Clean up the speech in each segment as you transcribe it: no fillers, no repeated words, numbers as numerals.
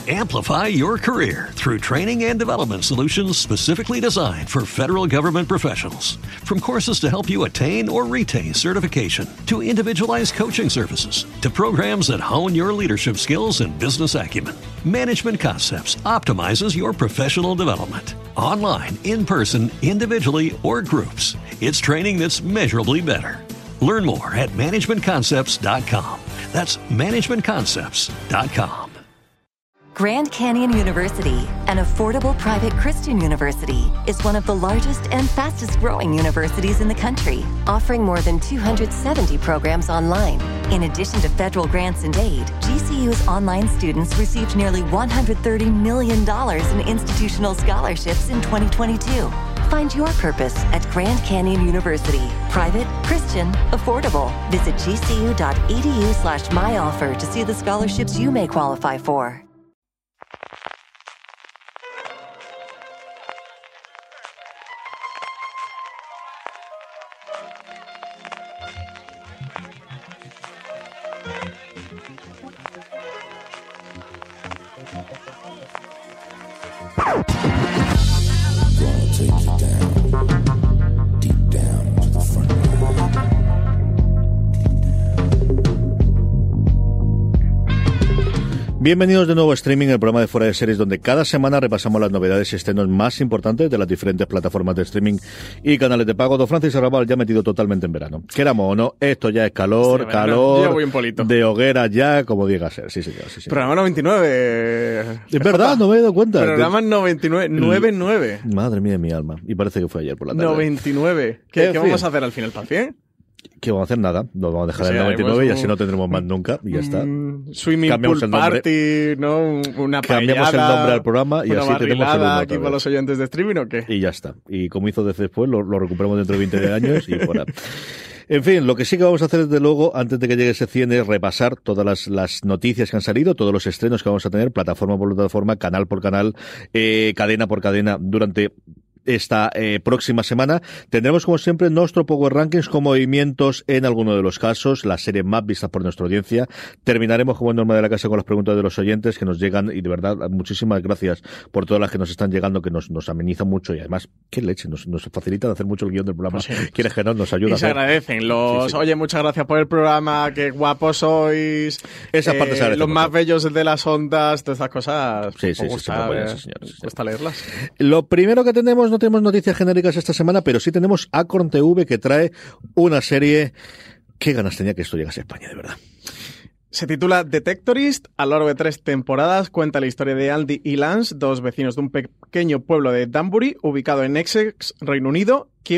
Amplify your career through training and development solutions specifically designed for federal government professionals. From courses to help you attain or retain certification, to individualized coaching services, to programs that hone your leadership skills and business acumen, Management Concepts optimizes your professional development. Online, in person, individually, or groups, it's training that's measurably better. Learn more at managementconcepts.com. That's managementconcepts.com. Grand Canyon University, an affordable private Christian university, is one of the largest and fastest-growing universities in the country, offering more than 270 programs online. In addition to federal grants and aid, GCU's online students received nearly $130 million in institutional scholarships in 2022. Find your purpose at Grand Canyon University. Private, Christian, affordable. Visit gcu.edu/myoffer to see the scholarships you may qualify for. Bienvenidos de nuevo a Streaming, el programa de Fuera de Series, donde cada semana repasamos las novedades y estrenos más importantes de las diferentes plataformas de streaming y canales de pago. Don Francis Arrabal ya metido totalmente en verano. Queramos o no, esto ya es calor, sí, calor, ya voy un polito. De hoguera ya, como diga ser. Sí, señor. Sí, señor. Programa 99. Es verdad, no me he dado cuenta. Programa 99, 99. Madre mía de mi alma. Y parece que fue ayer por la tarde. 99. ¿Qué vamos a hacer al final, Paci? Que vamos a hacer nada, nos vamos a dejar el 99 y así no tendremos más nunca y ya está. Swimming Cambiamos pool el nombre. Party, ¿no? Una Cambiamos el nombre al programa y una así tenemos el uno aquí para los oyentes de streaming, ¿o qué? Y ya está. Y como hizo después, lo recuperamos dentro de 20 años y fuera. En fin, lo que sí que vamos a hacer desde luego, antes de que llegue ese 100, es repasar todas las noticias que han salido, todos los estrenos que vamos a tener, plataforma por plataforma, canal por canal, cadena por cadena, durante esta próxima semana. Tendremos como siempre nuestro Power Rankings con movimientos en alguno de los casos, las series más vistas por nuestra audiencia. Terminaremos como norma de la casa con las preguntas de los oyentes que nos llegan, y de verdad muchísimas gracias por todas las que nos están llegando, que nos amenizan mucho y además qué leche, nos facilitan hacer mucho el guión del programa. Pues sí. Quieres que nos ayuda y se agradecen los sí. Oye, muchas gracias por el programa, qué guapos sois, esas partes se agradecen los mucho. más bellos de las ondas, todas estas cosas sí, gusta, señores. Cuesta leerlas. Lo primero que tenemos, no tenemos noticias genéricas esta semana, pero sí tenemos Acorn TV, que trae una serie. Qué ganas tenía que esto llegase a España, de verdad. Se titula Detectorist. A lo largo de 3 temporadas cuenta la historia de Andy y Lance, dos vecinos de un pequeño pueblo de Danbury, ubicado en Essex, Reino Unido, que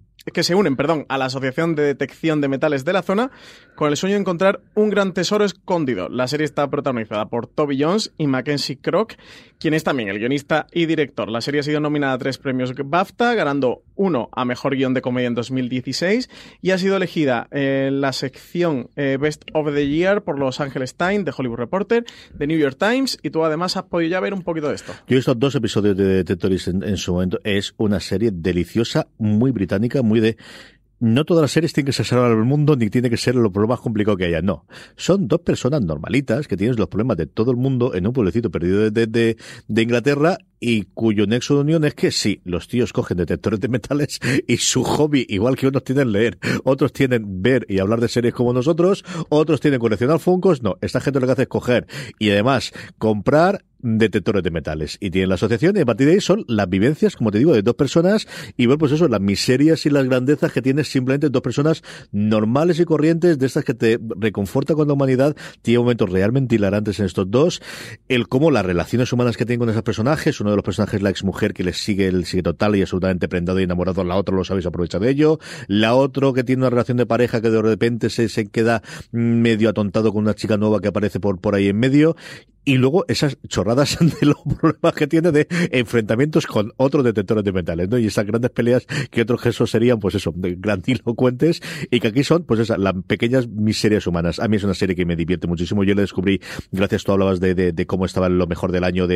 se unen a la Asociación de Detección de Metales de la zona con el sueño de encontrar un gran tesoro escondido. La serie está protagonizada por Toby Jones y Mackenzie Crook, quien es también el guionista y director. La serie ha sido nominada a 3 premios BAFTA, ganando 1 a Mejor Guión de Comedia en 2016 y ha sido elegida en la sección Best of the Year por Los Angeles Times, The Hollywood Reporter, The New York Times, y tú además has podido ya ver un poquito de esto. Yo he visto 2 episodios de Detectorist en su momento. Es una serie deliciosa, muy británica, muy de... No todas las series tienen que ser salvar al mundo, ni tiene que ser lo más complicado que haya. No. Son 2 personas normalitas que tienen los problemas de todo el mundo en un pueblecito perdido de Inglaterra, y cuyo nexo de unión es que sí, los tíos cogen detectores de metales y su hobby, igual que unos tienen leer, otros tienen ver y hablar de series como nosotros, otros tienen coleccionar Funkos. No, esta gente lo que hace es coger y además comprar detectores de metales, y tienen la asociación, y a partir de ahí son las vivencias, como te digo, de 2 personas, y ver pues eso, las miserias y las grandezas que tienes simplemente 2 personas normales y corrientes, de estas que te reconforta con la humanidad. Tiene momentos realmente hilarantes en estos 2, el cómo las relaciones humanas que tienen con esos personajes. Uno de los personajes, la exmujer, que les sigue total y absolutamente prendado y enamorado, la otra lo sabéis, aprovecha de ello, la otra que tiene una relación de pareja que de repente se queda medio atontado con una chica nueva que aparece por ahí en medio. Y luego esas chorradas de los problemas que tiene de enfrentamientos con otros detectores de metales, ¿no? Y esas grandes peleas que otros gestos serían, pues eso, grandilocuentes, y que aquí son, pues esas, las pequeñas miserias humanas. A mí es una serie que me divierte muchísimo. Yo la descubrí, gracias, tú hablabas de cómo estaba lo mejor del año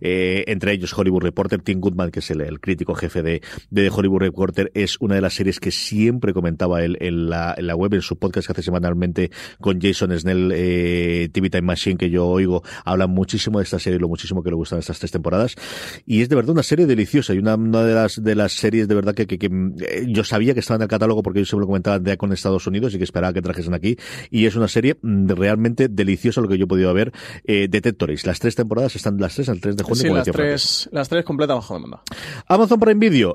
entre ellos Hollywood Reporter. Tim Goodman, que es el crítico jefe de Hollywood Reporter, es una de las series que siempre comentaba en la web, en su podcast que hace semanalmente con Jason Snell, TV Time Machine, que yo oigo. Ahora habla muchísimo de esta serie y lo muchísimo que le gustan estas 3 temporadas. Y es de verdad una serie deliciosa y una de las series de verdad que yo sabía que estaba en el catálogo porque yo siempre lo comentaba de con Estados Unidos y que esperaba que trajesen aquí. Y es una serie realmente deliciosa lo que yo he podido ver. Detectoris, las 3 temporadas están las 3 al 3 de junio. Sí, las tres completas bajo demanda. Amazon Prime Video,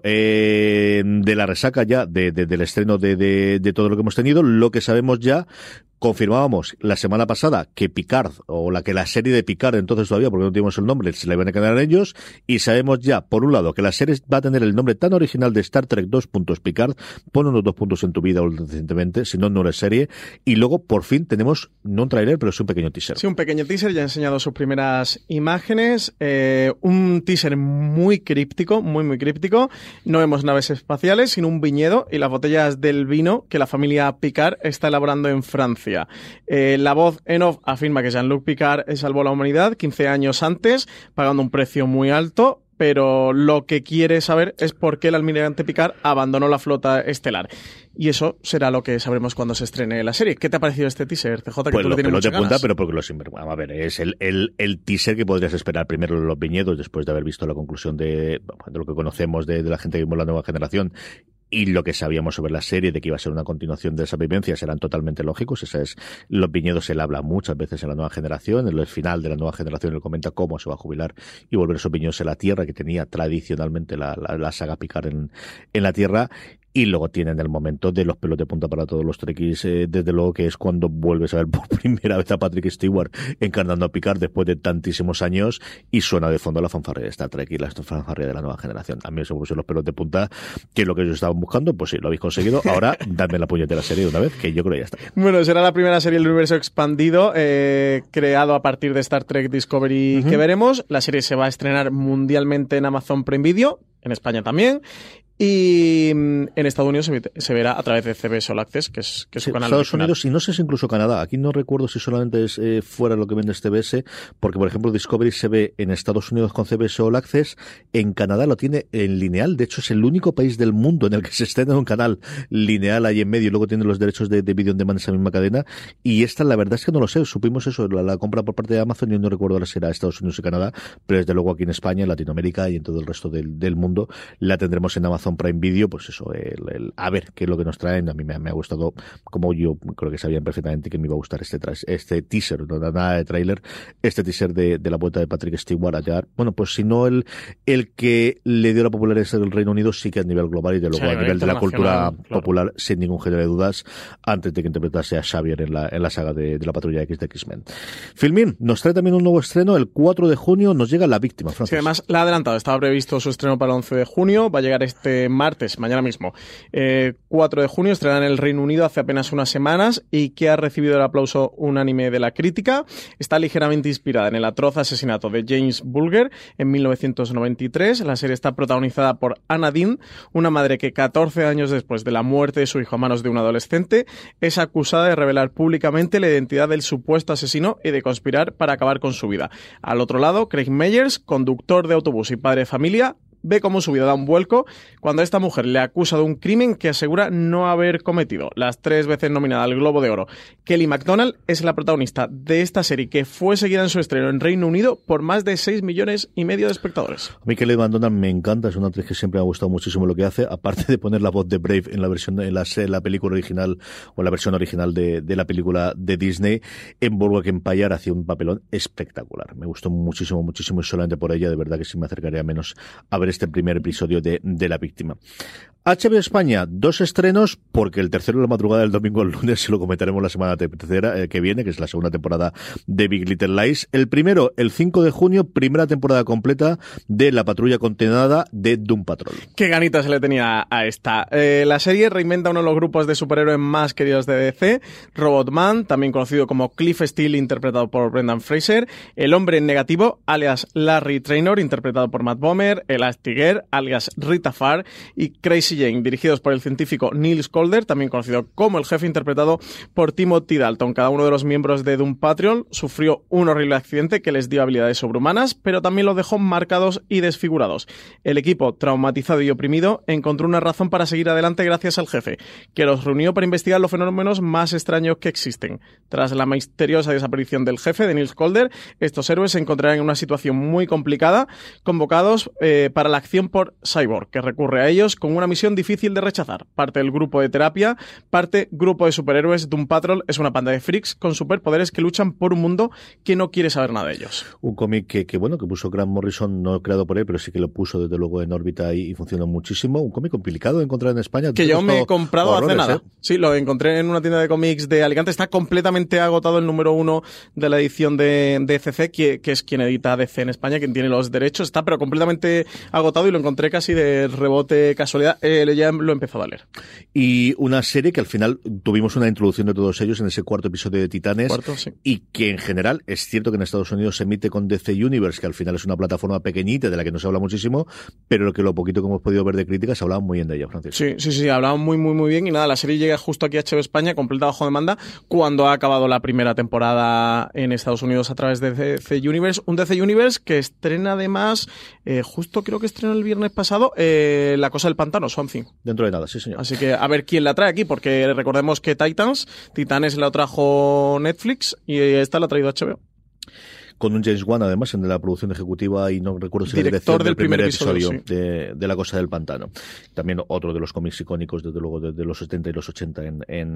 de la resaca ya del estreno de todo lo que hemos tenido, lo que sabemos ya. Confirmábamos la semana pasada que Picard, o la serie de Picard entonces todavía, porque no teníamos el nombre, se la iban a quedar a ellos, y sabemos ya, por un lado, que la serie va a tener el nombre tan original de Star Trek 2. Picard, pon unos 2 puntos en tu vida recientemente, si no, no eres serie, y luego, por fin, tenemos, no un tráiler, pero sí un pequeño teaser. Sí, un pequeño teaser, ya he enseñado sus primeras imágenes, un teaser muy críptico, muy críptico, no vemos naves espaciales, sino un viñedo y las botellas del vino que la familia Picard está elaborando en Francia. La voz en off afirma que Jean-Luc Picard salvó la humanidad 15 años antes, pagando un precio muy alto, pero lo que quiere saber es por qué el almirante Picard abandonó la flota estelar. Y eso será lo que sabremos cuando se estrene la serie. ¿Qué te ha parecido este teaser, TJ? Que pues tú le tienes muchas ganas. Pero porque vamos a ver, es el teaser que podrías esperar primero en los viñedos, después de haber visto la conclusión de lo que conocemos de la gente que vimos la nueva generación. Y lo que sabíamos sobre la serie, de que iba a ser una continuación de esas vivencias, eran totalmente lógicos. Los viñedos se le habla muchas veces en la nueva generación. En el final de la nueva generación él comenta cómo se va a jubilar y volver esos viñedos a la Tierra, que tenía tradicionalmente la saga Picard en la Tierra. Y luego tienen el momento de los pelos de punta para todos los trekkies, desde luego que es cuando vuelves a ver por primera vez a Patrick Stewart encarnando a Picard después de tantísimos años y suena de fondo la fanfarria de Star Trek y la fanfarria de la nueva generación. A mí se me pusieron los pelos de punta, que es lo que ellos estaban buscando, pues sí, lo habéis conseguido. Ahora, dadme la puñetera serie de una vez, que yo creo que ya está bien. Bueno, será la primera serie del universo expandido, creado a partir de Star Trek Discovery que veremos. La serie se va a estrenar mundialmente en Amazon Prime Video, en España también. Y en Estados Unidos se verá a través de CBS All Access, que es su canal. Estados Unidos y no sé si incluso Canadá. Aquí no recuerdo si solamente es fuera lo que vende CBS, porque por ejemplo Discovery se ve en Estados Unidos con CBS All Access, en Canadá lo tiene en lineal. De hecho es el único país del mundo en el que se estrena un canal lineal ahí en medio y luego tiene los derechos de video on demand en esa misma cadena. Y esta la verdad es que no lo sé. Supimos eso, la compra por parte de Amazon, y no recuerdo ahora si era Estados Unidos y Canadá, pero desde luego aquí en España, en Latinoamérica y en todo el resto del mundo la tendremos en Amazon Prime Video. Pues eso, a ver qué es lo que nos traen. A mí me ha gustado, como yo creo que sabían perfectamente que me iba a gustar este teaser, no nada de tráiler, este teaser de la vuelta de Patrick Stewart allá. Bueno, pues si no el que le dio la popularidad del Reino Unido, sí que a nivel global y de luego a nivel de la cultura popular, sin ningún género de dudas, antes de que interpretase a Xavier en la saga de la Patrulla X de X-Men. Filmin nos trae también un nuevo estreno. El 4 de junio nos llega La Víctima, Francis. Sí, además la ha adelantado, estaba previsto su estreno para el 11 de junio, va a llegar este martes, mañana mismo. 4 de junio estrenará en el Reino Unido hace apenas unas semanas y que ha recibido el aplauso unánime de la crítica. Está ligeramente inspirada en el atroz asesinato de James Bulger en 1993. La serie está protagonizada por Anna Dean, una madre que 14 años después de la muerte de su hijo a manos de un adolescente es acusada de revelar públicamente la identidad del supuesto asesino y de conspirar para acabar con su vida. Al otro lado, Craig Meyers, conductor de autobús y padre de familia, ve cómo su vida da un vuelco cuando esta mujer le acusa de un crimen que asegura no haber cometido. Las 3 veces nominada al Globo de Oro, Kelly MacDonald es la protagonista de esta serie, que fue seguida en su estreno en Reino Unido por más de 6,5 millones de espectadores. A mí Kelly MacDonald me encanta, es una actriz que siempre me ha gustado muchísimo lo que hace, aparte de poner la voz de Brave en la película original o la versión original de la película de Disney. En Boardwalk Empire hacía un papelón espectacular. Me gustó muchísimo y solamente por ella de verdad que sí me acercaría menos a ver este primer episodio de La Víctima. HBO España, 2 estrenos, porque el tercero de la madrugada del domingo al lunes se lo comentaremos la semana tercera que viene, que es la segunda temporada de Big Little Lies. El primero, el 5 de junio, primera temporada completa de La Patrulla Condenada de Doom Patrol. Qué ganitas se le tenía a esta. La serie reinventa uno de los grupos de superhéroes más queridos de DC, Robotman, también conocido como Cliff Steele, interpretado por Brendan Fraser, el hombre negativo, alias Larry Trainor, interpretado por Matt Bomer, Elastigirl, alias Rita Farr, y Crazy Jesse Jane, dirigidos por el científico Niels Calder, también conocido como el jefe, interpretado por Timothy Dalton. Cada uno de los miembros de Doom Patrol sufrió un horrible accidente que les dio habilidades sobrehumanas, pero también los dejó marcados y desfigurados. El equipo, traumatizado y oprimido, encontró una razón para seguir adelante gracias al jefe, que los reunió para investigar los fenómenos más extraños que existen. Tras la misteriosa desaparición del jefe de Niels Calder, estos héroes se encontrarán en una situación muy complicada, convocados para la acción por Cyborg, que recurre a ellos con una misión difícil de rechazar. Parte del grupo de terapia, parte grupo de superhéroes. Doom Patrol es una panda de freaks con superpoderes que luchan por un mundo que no quiere saber nada de ellos. Un cómic que puso Grant Morrison, no creado por él, pero sí que lo puso desde luego en órbita y funcionó muchísimo. Un cómic complicado de encontrar en España. Que yo me he comprado hace nada. Sí, lo encontré en una tienda de cómics de Alicante. Está completamente agotado el número 1 de la edición de CC, que es quien edita DC en España, quien tiene los derechos. Está pero completamente agotado y lo encontré casi de rebote casualidad. Ya lo he empezado a leer. Y una serie que al final tuvimos una introducción de todos ellos en ese cuarto episodio de Titanes, sí. Y que en general es cierto que en Estados Unidos se emite con DC Universe, que al final es una plataforma pequeñita de la que no se habla muchísimo, pero lo poquito que hemos podido ver de críticas se hablaba muy bien de ella, Francisco. Sí, hablaban muy bien y nada, la serie llega justo aquí a HBO España, completa bajo demanda, cuando ha acabado la primera temporada en Estados Unidos a través de DC Universe. Un DC Universe que estrena además, justo creo que estrenó el viernes pasado, La Cosa del Pantano, Swamp Thing. Dentro de nada, sí señor. Así que a ver quién la trae aquí, porque recordemos que Titanes la trajo Netflix y esta la ha traído HBO. Con un James Wan, además, en la producción ejecutiva, y no recuerdo si director del primer episodio sí. de La Cosa del Pantano. También otro de los cómics icónicos, desde luego, de los 70 y los 80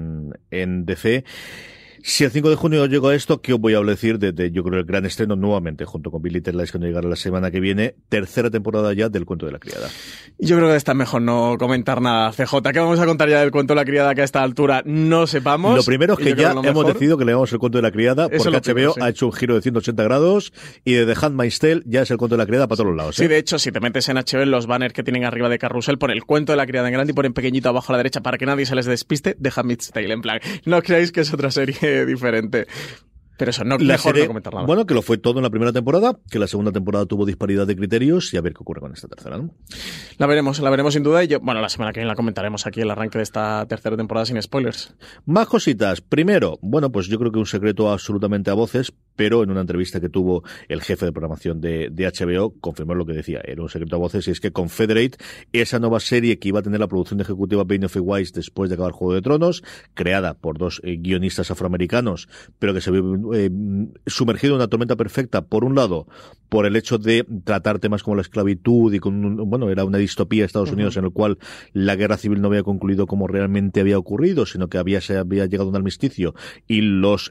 en DC. Si el 5 de junio llegó a esto, ¿qué os voy a decir de yo creo, el gran estreno nuevamente, junto con Billy Ted Lies, que no llegará la semana que viene, tercera temporada ya del Cuento de la Criada? Yo creo que está mejor no comentar nada, CJ. ¿Qué vamos a contar ya del Cuento de la Criada que a esta altura no sepamos? Lo primero es que ya hemos decidido que le llamamos el Cuento de la Criada, porque HBO ha hecho un giro de 180 grados y de The Handmaid's Tale ya es el Cuento de la Criada para todos los lados. Sí, de hecho, si te metes en HBO, en los banners que tienen arriba de Carrusel, pon el Cuento de la Criada en grande y pon en pequeñito abajo a la derecha para que nadie se les despiste, The Handmaid's Tale, en plan, no creáis que es otra serie diferente. Pero eso, mejor no comentar nada. Bueno, que lo fue todo en la primera temporada, que la segunda temporada tuvo disparidad de criterios y a ver qué ocurre con esta tercera, ¿no? La veremos sin duda y la semana que viene la comentaremos aquí, el arranque de esta tercera temporada sin spoilers. Más cositas. Primero, pues yo creo que un secreto absolutamente a voces, pero en una entrevista que tuvo el jefe de programación de HBO, confirmó lo que decía, era un secreto a voces, y es que Confederate, esa nueva serie que iba a tener la producción ejecutiva Benioff y Weiss después de acabar Juego de Tronos, creada por dos guionistas afroamericanos, pero que se vio sumergido en una tormenta perfecta, por un lado, por el hecho de tratar temas como la esclavitud y era una distopía de Estados Unidos en el cual la guerra civil no había concluido como realmente había ocurrido, sino que se había llegado a un armisticio y los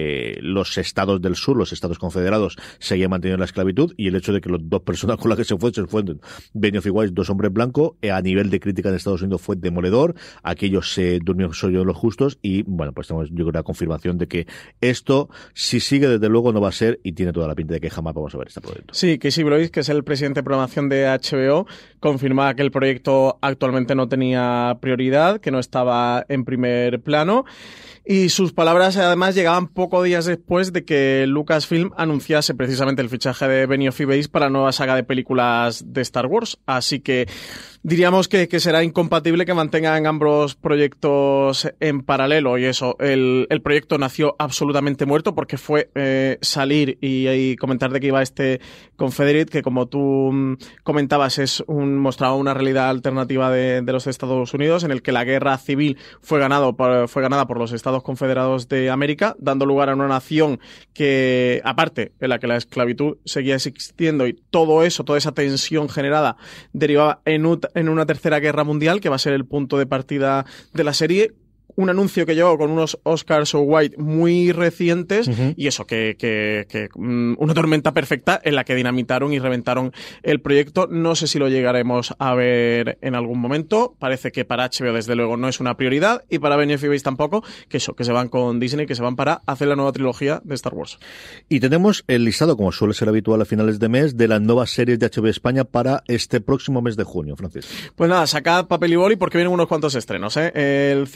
estados del sur, los estados confederados, seguían manteniendo la esclavitud, y el hecho de que las dos personas con las que se fueron Benioff y Weiss, dos hombres blancos, a nivel de crítica en Estados Unidos fue demoledor. Aquello se durmió solo los justos y pues tenemos, yo creo, la confirmación de que esto, si sigue, desde luego no va a ser, y tiene toda la pinta de que jamás vamos a ver este proyecto. Sí, Casey Blois, que es el presidente de programación de HBO, confirmaba que el proyecto actualmente no tenía prioridad, que no estaba en primer plano. Y sus palabras además llegaban pocos días después de que Lucasfilm anunciase precisamente el fichaje de Benioff y Weiss para la nueva saga de películas de Star Wars. Así que diríamos que será incompatible que mantengan ambos proyectos en paralelo, y eso, el proyecto nació absolutamente muerto porque fue salir y comentar de que iba este Confederate, que como tú comentabas mostraba una realidad alternativa de los Estados Unidos, en el que la guerra civil fue ganada por los Estados Confederados de América, dando lugar a una nación que, aparte, en la que la esclavitud seguía existiendo, y todo eso, toda esa tensión generada derivaba en una tercera guerra mundial, que va a ser el punto de partida de la serie. Un anuncio que llegó con unos Oscars So White muy recientes, y eso, que una tormenta perfecta en la que dinamitaron y reventaron el proyecto. No sé si lo llegaremos a ver en algún momento. Parece que para HBO desde luego no es una prioridad, y para Benioff y Weiss tampoco, que se van con Disney, que se van para hacer la nueva trilogía de Star Wars. Y tenemos el listado, como suele ser habitual a finales de mes, de las nuevas series de HBO España para este próximo mes de junio, Francisco. Pues nada, sacad papel y boli porque vienen unos cuantos estrenos, ¿eh? El 5 de junio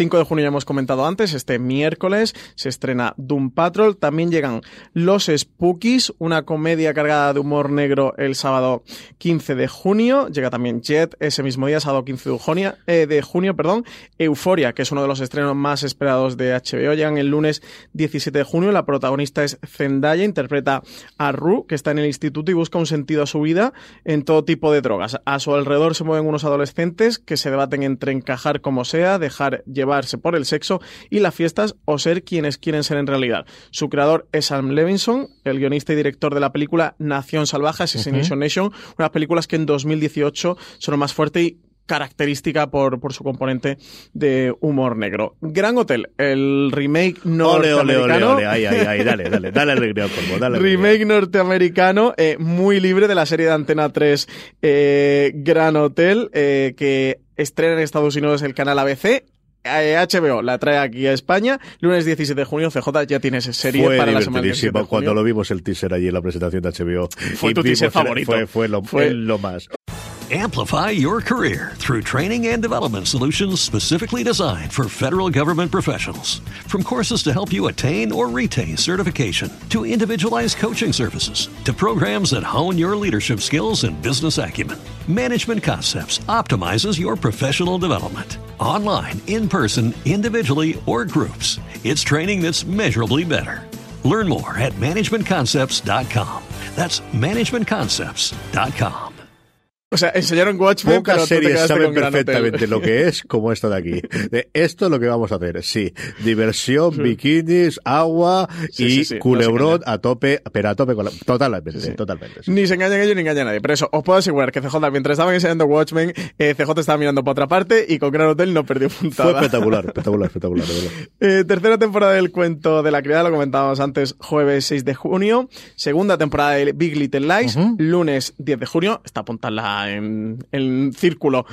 ya hemos comentado antes, este miércoles se estrena Doom Patrol. También llegan Los Spookies, una comedia cargada de humor negro, el sábado 15 de junio. Llega también Jet ese mismo día, sábado 15 de junio. Euphoria, que es uno de los estrenos más esperados de HBO. Llegan el lunes 17 de junio. La protagonista es Zendaya, interpreta a Rue, que está en el instituto y busca un sentido a su vida en todo tipo de drogas. A su alrededor se mueven unos adolescentes que se debaten entre encajar como sea, dejar llevarse por el sexo y las fiestas, o ser quienes quieren ser en realidad. Su creador es Sam Levinson, el guionista y director de la película Nación Salvaje, Assassination Nation, unas películas que en 2018 son lo más fuerte y característica por su componente de humor negro. Gran Hotel, el remake norteamericano. Ole. Ay, dale alegría al polvo, dale remake alegría. Norteamericano, muy libre, de la serie de Antena 3 Gran Hotel, que estrena en Estados Unidos el canal ABC. HBO la trae aquí a España, lunes 17 de junio. CJ, ya tienes serie para la semana que viene. Cuando lo vimos el teaser allí en la presentación de HBO. Fue tu teaser favorito. Fue lo más. Amplify your career through training and development solutions specifically designed for federal government professionals. From courses to help you attain or retain certification, to individualized coaching services, to programs that hone your leadership skills and business acumen, Management Concepts optimizes your professional development. Online, in person, individually, or groups, it's training that's measurably better. Learn more at managementconcepts.com. That's managementconcepts.com. O sea, enseñaron Watchmen, pocas pero series saben Gran perfectamente Hotel. lo que es, como esta de aquí. De esto es lo que vamos a hacer. Sí, diversión, bikinis, agua y culebrón a tope, pero a tope con la... Totalmente. Sí. Ni se engañan ellos ni engaña a nadie. Pero eso, os puedo asegurar que CJ, mientras estaban enseñando Watchmen, CJ estaba mirando para otra parte y con Gran Hotel no perdió puntada. Fue espectacular, de verdad. Tercera temporada del Cuento de la Criada, lo comentábamos antes, jueves 6 de junio. Segunda temporada de Big Little Lies, lunes 10 de junio. Está apuntada en círculo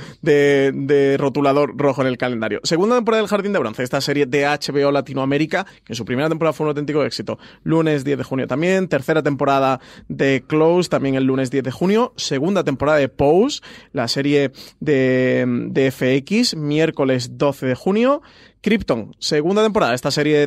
de rotulador rojo en el calendario. Segunda temporada del Jardín de Bronce, esta serie de HBO Latinoamérica, que en su primera temporada fue un auténtico éxito. Lunes 10 de junio también. Tercera temporada de Close, también el lunes 10 de junio. Segunda temporada de Pose, la serie de FX, miércoles 12 de junio. Krypton, segunda temporada, esta serie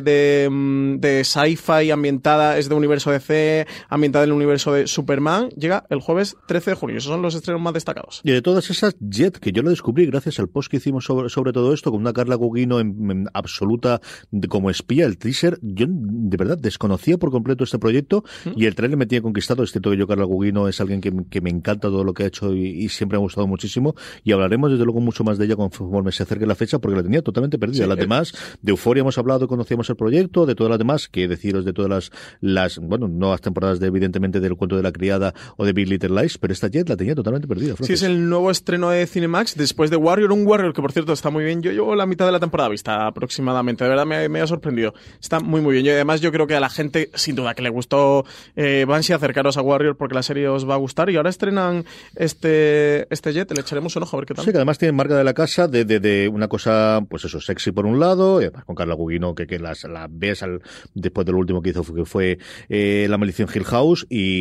de sci-fi ambientada, es de universo DC, ambientada en el universo de Superman, llega el jueves 13 de junio. Esos son los estrenos más destacados. Y de todas esas, Jet, que yo lo descubrí gracias al post que hicimos sobre todo esto, con una Carla Gugino en absoluta como espía, el teaser, yo de verdad desconocía por completo este proyecto y el trailer me tiene conquistado. Es cierto que yo, Carla Gugino, es alguien que me encanta todo lo que ha hecho y siempre me ha gustado muchísimo, y hablaremos desde luego mucho más de ella conforme se acerque la fecha, porque la tenía totalmente perdida. Sí, Más de Euphoria hemos hablado, conocíamos el proyecto, de todas las demás, que deciros de todas las nuevas temporadas evidentemente del Cuento de la Criada o de Big Little Lies, pero esta Jet la tenía totalmente perdida. Sí, es el nuevo estreno de Cinemax después de Warrior, un Warrior que por cierto está muy bien. Yo llevo la mitad de la temporada vista aproximadamente, de verdad me ha sorprendido, está muy bien. Y además yo creo que a la gente sin duda que le gustó Banshee, acercaros a Warrior porque la serie os va a gustar. Y ahora estrenan este Jet, le echaremos un ojo a ver qué tal. Sí, que además tiene marca de la casa de una cosa, pues eso, sexy por un lado, y además con Carla Gugino, que la ves después de lo último que hizo, que fue La Maldición Hill House,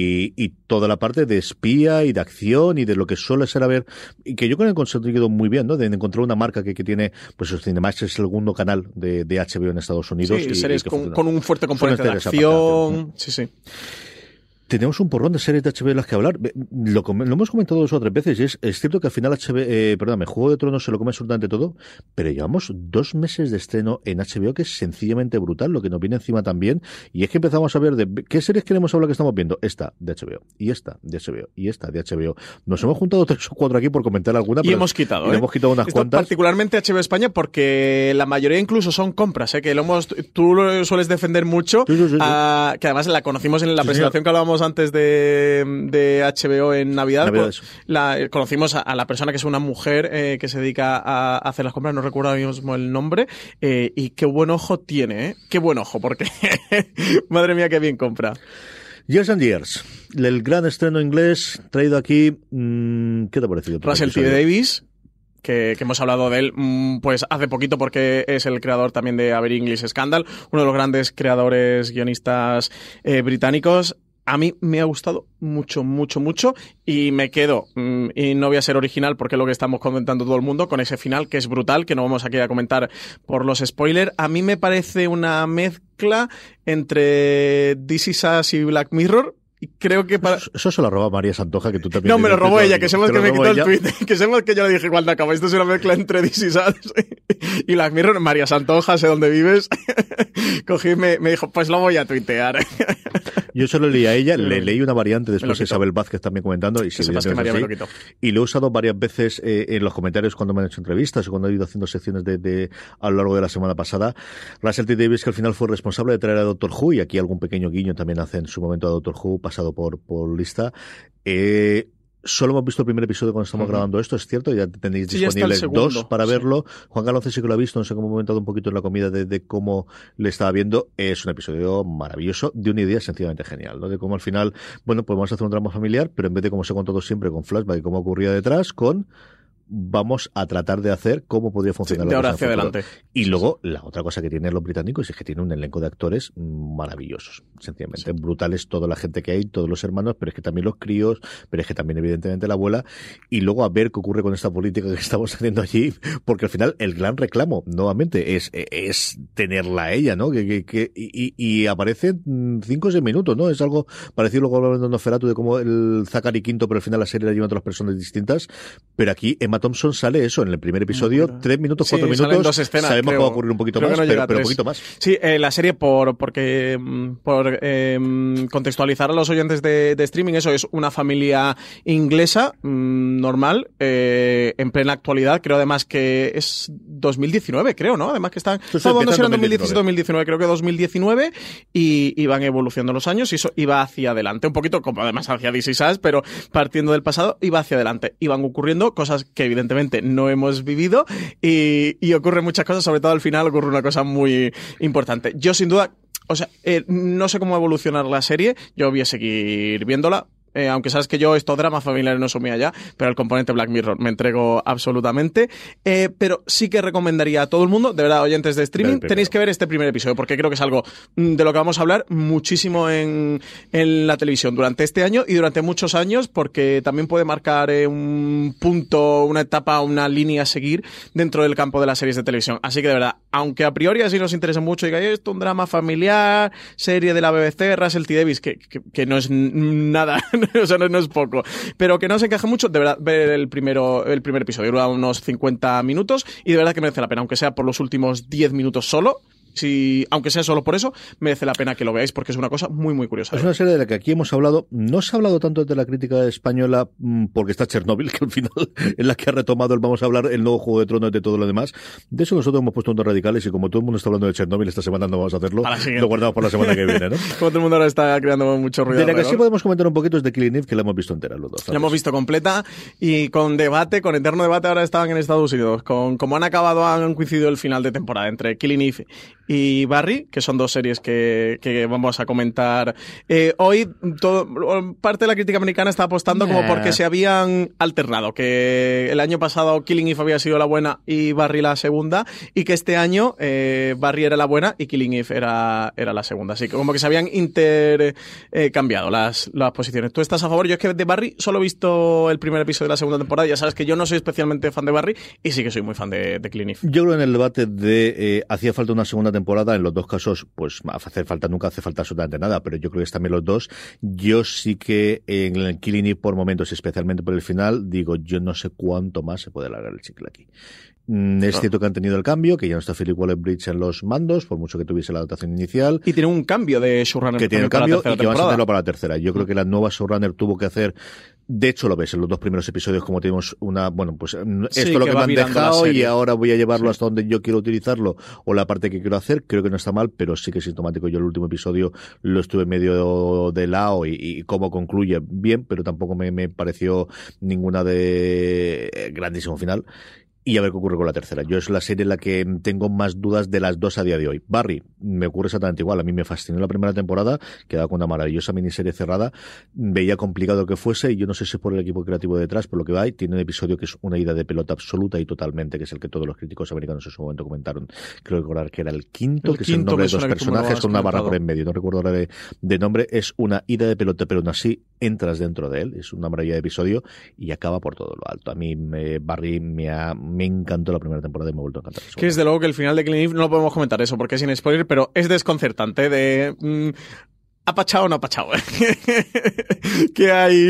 y toda la parte de espía y de acción y de lo que suele ser, a ver, y que yo creo que han conseguido muy bien, ¿no? De encontrar una marca que tiene, pues Cinemax es el segundo canal de HBO en Estados Unidos. Sí, series con un fuerte componente de acción. Sí. Tenemos un porrón de series de HBO de las que hablar. Lo hemos comentado 2 o 3 veces. Y es cierto que al final Juego de Tronos se lo come absolutamente todo, pero llevamos 2 meses de estreno en HBO que es sencillamente brutal, lo que nos viene encima también. Y es que empezamos a ver de qué series queremos hablar que estamos viendo. Esta de HBO, y esta de HBO, y esta de HBO. Nos hemos juntado 3 o 4 aquí por comentar alguna. Y hemos quitado, hemos quitado unas cuantas. Particularmente HBO España, porque la mayoría incluso son compras, que tú lo sueles defender mucho. Sí. Que además la conocimos en la presentación que hablábamos antes de HBO en Navidad. Conocimos a la persona que es una mujer que se dedica a hacer las compras, no recuerdo ahora mismo el nombre, y qué buen ojo tiene, qué buen ojo, porque madre mía, qué bien compra. Years and Years, el gran estreno inglés traído aquí. ¿Qué te ha parecido? Russell T. Davies, que hemos hablado de él pues hace poquito porque es el creador también de A Very English Scandal, uno de los grandes creadores guionistas británicos. A mí me ha gustado mucho, mucho, mucho y me quedo, y no voy a ser original porque es lo que estamos comentando todo el mundo, con ese final que es brutal, que no vamos aquí a comentar por los spoilers. A mí me parece una mezcla entre This Is Us y Black Mirror. Y creo que para... Eso se lo roba María Santoja, que tú también... No, me lo robó ella, que somos que me quitó el tweet. Que somos que yo le dije cuando acabó. Esto es una mezcla entre This Is Us y Black Mirror. María Santoja, sé dónde vives. Cogí y me dijo, pues lo voy a tuitear. Yo solo leí a ella, le leí una variante después de Isabel Vázquez también comentando. Y que sepas que María me lo quitó. Y lo he usado varias veces en los comentarios cuando me han hecho entrevistas o cuando he ido haciendo secciones a lo largo de la semana pasada. Russell T. Davies, que al final fue responsable de traer a Doctor Who, y aquí algún pequeño guiño también hace en su momento a Doctor Who, pasado por lista. Solo hemos visto el primer episodio cuando estamos grabando esto, es cierto, ya tenéis disponibles 2 para verlo. Juan Galonce sí que lo ha visto, no sé cómo he comentado un poquito en la comida de cómo le estaba viendo. Es un episodio maravilloso, de una idea sencillamente genial, ¿no? De cómo al final, bueno, pues vamos a hacer un drama familiar, pero en vez de como se ha contado siempre con flashback y cómo ocurría detrás, vamos a tratar de hacer cómo podría funcionar de ahora hacia adelante. Y luego, la otra cosa que tienen los británicos es que tienen un elenco de actores maravillosos, sencillamente. Brutales toda la gente que hay, todos los hermanos, pero es que también los críos, pero es que también evidentemente la abuela. Y luego a ver qué ocurre con esta política que estamos haciendo allí, porque al final el gran reclamo, nuevamente, es tenerla a ella, ¿no? Y aparece 5 o 6 minutos, ¿no? Es algo parecido luego hablando de Nosferatu, de cómo el Zachary Quinto, pero al final la serie la llevan otras personas distintas, pero aquí Emma Thompson sale eso en el primer episodio, 3 minutos, 4 minutos, 2 escenas, sabemos que va a ocurrir un poquito más, no pero poquito más. Sí, la serie por contextualizar a los oyentes de streaming, eso es una familia inglesa normal, en plena actualidad, creo además que es 2019, creo, ¿no? Además que están cuando será 2019, creo que 2019, y van evolucionando los años y eso iba hacia adelante, un poquito como además hacia This Is Us, pero partiendo del pasado iba hacia adelante, iban ocurriendo cosas que evidentemente no hemos vivido y ocurren muchas cosas, sobre todo al final ocurre una cosa muy importante. Yo sin duda, o sea, no sé cómo evolucionar la serie, yo voy a seguir viéndola. Aunque sabes que yo estos dramas familiares no son mía ya, pero el componente Black Mirror me entrego absolutamente. Pero sí que recomendaría a todo el mundo, de verdad, oyentes de streaming, tenéis que ver este primer episodio, porque creo que es algo de lo que vamos a hablar muchísimo en la televisión durante este año y durante muchos años, porque también puede marcar un punto, una etapa, una línea a seguir dentro del campo de las series de televisión. Así que de verdad, aunque a priori así nos interesa mucho, diga, esto un drama familiar, serie de la BBC, Russell T. Davies, que no es nada... O sea, no es poco, pero que no se encaje mucho, de verdad, ver el primer episodio, dura unos 50 minutos y de verdad que merece la pena, aunque sea por los últimos 10 minutos solo. Aunque sea solo por eso, merece la pena que lo veáis porque es una cosa muy, muy curiosa. Es una serie de la que aquí hemos hablado, no se ha hablado tanto de la crítica española porque está Chernobyl, que al final es la que ha retomado vamos a hablar el nuevo Juego de Tronos de todo lo demás. De eso nosotros hemos puesto unos radicales y como todo el mundo está hablando de Chernobyl esta semana no vamos a hacerlo, lo guardamos por la semana que viene, ¿no? Como todo el mundo ahora está creando mucho ruido. De la que sí podemos comentar un poquito es de Killing Eve, que la hemos visto entera los dos, ¿sabes? La hemos visto completa y con debate, con eterno debate. Ahora estaban en Estados Unidos, como han coincidido el final de temporada entre Killing Eve y Barry, que son dos series que vamos a comentar. Hoy parte de la crítica americana está apostando como porque se habían alternado, que el año pasado Killing Eve había sido la buena y Barry la segunda, y que este año Barry era la buena y Killing Eve era la segunda. Así que como que se habían intercambiado las posiciones. ¿Tú estás a favor? Yo es que de Barry solo he visto el primer episodio de la segunda temporada. Ya sabes que yo no soy especialmente fan de Barry y sí que soy muy fan de Killing Eve. Yo creo en el debate de hacía falta una segunda temporada, en los dos casos, pues nunca hace falta absolutamente nada, pero yo creo que es también los dos. Yo sí que en el Killing Eve por momentos, especialmente por el final, digo, yo no sé cuánto más se puede alargar el chicle aquí. Es cierto que han tenido el cambio, que ya no está Philip Waller-Bridge en los mandos, por mucho que tuviese la dotación inicial. Y tiene un cambio de showrunner. Que tiene un cambio y que van a hacerlo para la tercera. Yo creo que la nueva showrunner tuvo que hacer... De hecho, lo ves en los dos primeros episodios, como tenemos esto es lo que me han dejado y ahora voy a llevarlo hasta donde yo quiero utilizarlo o la parte que quiero hacer. Creo que no está mal, pero sí que es sintomático. Yo el último episodio lo estuve medio de lado y cómo concluye bien, pero tampoco me pareció ninguna de grandísimo final. y a ver qué ocurre con la tercera. Yo es la serie en la que tengo más dudas de las dos a día de hoy. Barry, me ocurre exactamente igual. A mí me fascinó la primera temporada, quedaba con una maravillosa miniserie cerrada. Veía complicado que fuese, y yo no sé si es por el equipo creativo detrás, por lo que va, y tiene un episodio que es una ida de pelota absoluta y totalmente, que es el que todos los críticos americanos en su momento comentaron. Creo recordar que era el quinto, que es el nombre de dos personajes con una barra por en medio. No recuerdo ahora de nombre. Es una ida de pelota, pero aún así entras dentro de él. Es una maravilla de episodio y acaba por todo lo alto. A mí Barry me encantó la primera temporada y me ha vuelto a encantar. Que desde luego que el final de Killing Eve no lo podemos comentar eso porque es sin spoiler, pero es desconcertante de... ¿ha pachado o no ha pachado? ¿Qué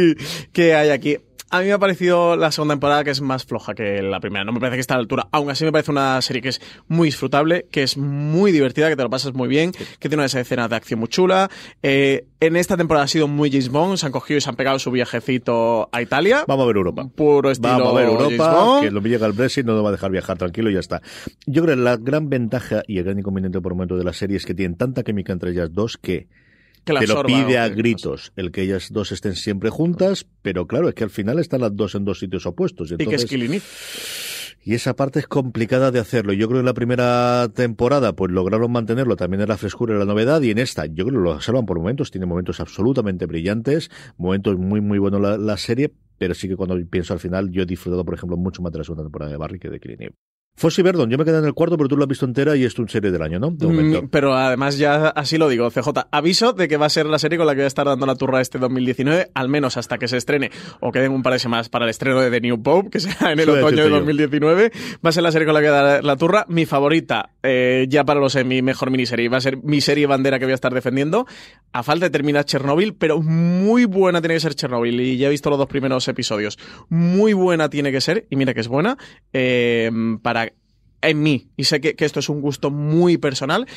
hay aquí? A mí me ha parecido la segunda temporada que es más floja que la primera. No me parece que está a la altura. Aún así me parece una serie que es muy disfrutable, que es muy divertida, que te lo pasas muy bien, que tiene unas escenas de acción muy chula. En esta temporada ha sido muy James Bond. Se han cogido y se han pegado su viajecito a Italia. Vamos a ver Europa. Puro estilo Vamos a ver James Europa, Bond. que lo llega el Brexit, no nos va a dejar viajar tranquilo y ya está. Yo creo que la gran ventaja y el gran inconveniente por el momento de la serie es que tienen tanta química entre ellas dos que te lo pide a gritos el que ellas dos estén siempre juntas, pero claro, es que al final están las dos en dos sitios opuestos. Y que es Killing Eve. Y esa parte es complicada de hacerlo. Yo creo que en la primera temporada pues lograron mantenerlo también en la frescura y la novedad, y en esta yo creo que lo salvan por momentos, tiene momentos absolutamente brillantes, momentos muy muy buenos la serie, pero sí que cuando pienso al final yo he disfrutado por ejemplo mucho más de la segunda temporada de Barry que de Killing Eve. Fossey Verdon, yo me quedé en el cuarto, pero tú lo has visto entera y es tu serie del año, ¿no? De momento. Pero además ya así lo digo, CJ, aviso de que va a ser la serie con la que voy a estar dando la turra este 2019, al menos hasta que se estrene, o queden un par de semanas para el estreno de The New Pope, que será en el otoño de 2019. Va a ser la serie con la que voy a dar la turra. Mi favorita, ya para los Emmy, mejor miniserie, va a ser mi serie bandera que voy a estar defendiendo, a falta de terminar Chernobyl, pero muy buena tiene que ser Chernobyl, y ya he visto los dos primeros episodios. Muy buena tiene que ser, y mira que es buena, para... en mí, y sé que esto es un gusto muy personal,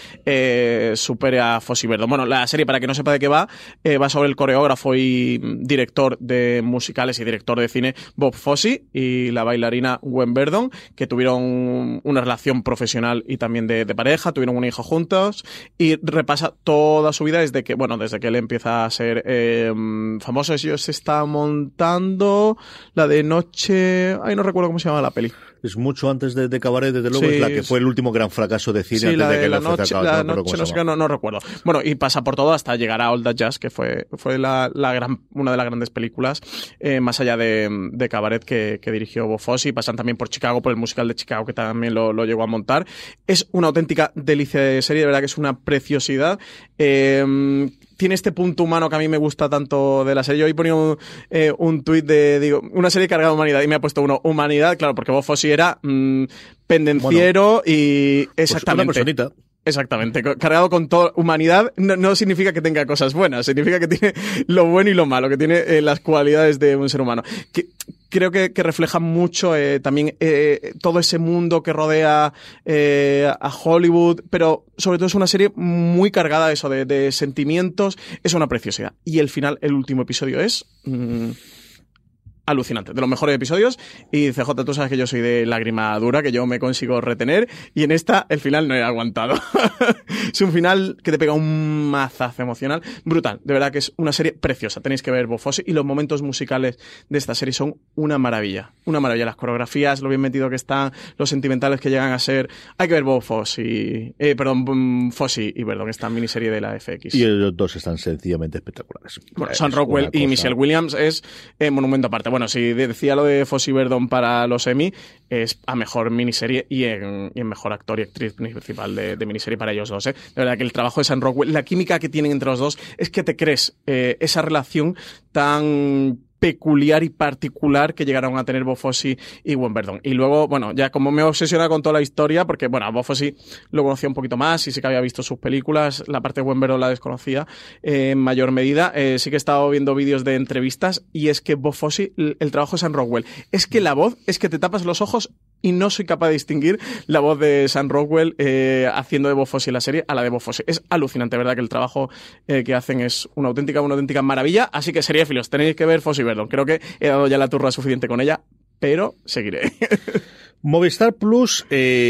supere a Fossey Verdon. Bueno, la serie, para que no sepa de qué va sobre el coreógrafo y director de musicales y director de cine Bob Fosse y la bailarina Gwen Verdon, que tuvieron una relación profesional y también de pareja, tuvieron un hijo juntos, y repasa toda su vida desde que él empieza a ser famoso. Ellos se está montando la de Noche... Ay, no recuerdo cómo se llama la peli. Es mucho antes de Cabaret, desde luego, sí, es la que fue el último gran fracaso de cine antes de que la noche, no recuerdo. Bueno, y pasa por todo hasta llegar a All That Jazz, que fue una de las grandes películas, más allá de Cabaret, que dirigió Bob Fosse. Pasan también por Chicago, por el musical de Chicago, que también lo llegó a montar. Es una auténtica delicia de serie, de verdad que es una preciosidad. Tiene este punto humano que a mí me gusta tanto de la serie. Yo hoy ponía un tuit de, una serie cargada de humanidad, y me ha puesto humanidad, claro, porque Bob Fosse era pendenciero y exactamente. Pues una personita. Exactamente, cargado con toda humanidad no significa que tenga cosas buenas, significa que tiene lo bueno y lo malo, que tiene las cualidades de un ser humano. Creo que refleja mucho también todo ese mundo que rodea a Hollywood, pero sobre todo es una serie muy cargada de eso, de sentimientos. Es una preciosidad. Y el final, el último episodio es... alucinante, de los mejores episodios. Y CJ, tú sabes que yo soy de lágrima dura, que yo me consigo retener, y en esta el final no he aguantado. Es un final que te pega un mazazo emocional brutal, de verdad que es una serie preciosa. Tenéis que ver Bob Fosse, y los momentos musicales de esta serie son una maravilla, las coreografías, lo bien metido que están, los sentimentales que llegan a ser. Hay que ver Bob Fosse, Fosse y Verdon, esta miniserie de la FX. Y los dos están sencillamente espectaculares. Bueno, Sam Rockwell y Michelle Williams es monumento aparte. Bueno, si decía lo de Fosse y Verdon para los Emmy, es a mejor miniserie y en mejor actor y actriz principal de miniserie para ellos dos. De verdad que el trabajo de Sam Rockwell, la química que tienen entre los dos, es que te crees esa relación tan peculiar y particular que llegaron a tener Bob Fosse y Gwen Verdon. Y luego, bueno, ya como me obsesiona con toda la historia, porque, bueno, a Bob Fosse lo conocía un poquito más y sí que había visto sus películas, la parte de Gwen Verdon la desconocía en mayor medida. Sí que he estado viendo vídeos de entrevistas, y es que Bob Fosse, el trabajo de Sam Rockwell, es que la voz, es que te tapas los ojos y no soy capaz de distinguir la voz de Sam Rockwell haciendo de Bob Fosse en la serie a la de Bob Fosse. Es alucinante, ¿verdad? Que el trabajo que hacen es una auténtica maravilla. Así que, seriéfilos, tenéis que ver Fosse y Verdon. Creo que he dado ya la turra suficiente con ella, pero seguiré. Movistar Plus,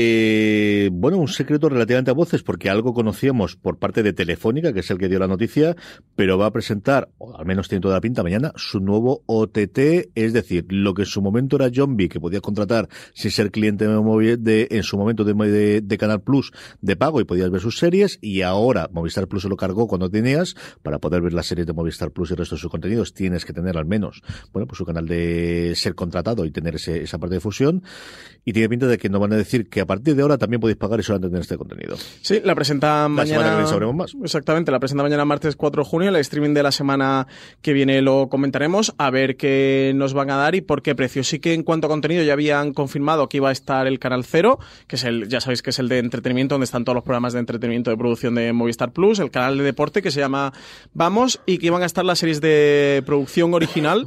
bueno, un secreto relativamente a voces, porque algo conocíamos por parte de Telefónica, que es el que dio la noticia, pero va a presentar, o al menos tiene toda la pinta mañana, su nuevo OTT, es decir, lo que en su momento era Jombi, que podías contratar sin ser cliente en su momento de Canal Plus de pago y podías ver sus series, y ahora Movistar Plus se lo cargó cuando tenías, para poder ver las series de Movistar Plus y el resto de sus contenidos, tienes que tener al menos, bueno, pues su canal de ser contratado y tener esa parte de fusión. Y tiene pinta de que nos van a decir que a partir de ahora también podéis pagar y solamente tener este contenido. Sí, la presentan mañana. La semana que viene sabremos más. Exactamente, la presenta mañana martes 4 de junio. El streaming de la semana que viene lo comentaremos, a ver qué nos van a dar y por qué precio. Sí que en cuanto a contenido ya habían confirmado que iba a estar el Canal Cero, que es ya sabéis que es el de entretenimiento, donde están todos los programas de entretenimiento de producción de Movistar Plus, el canal de deporte que se llama Vamos, y que iban a estar las series de producción original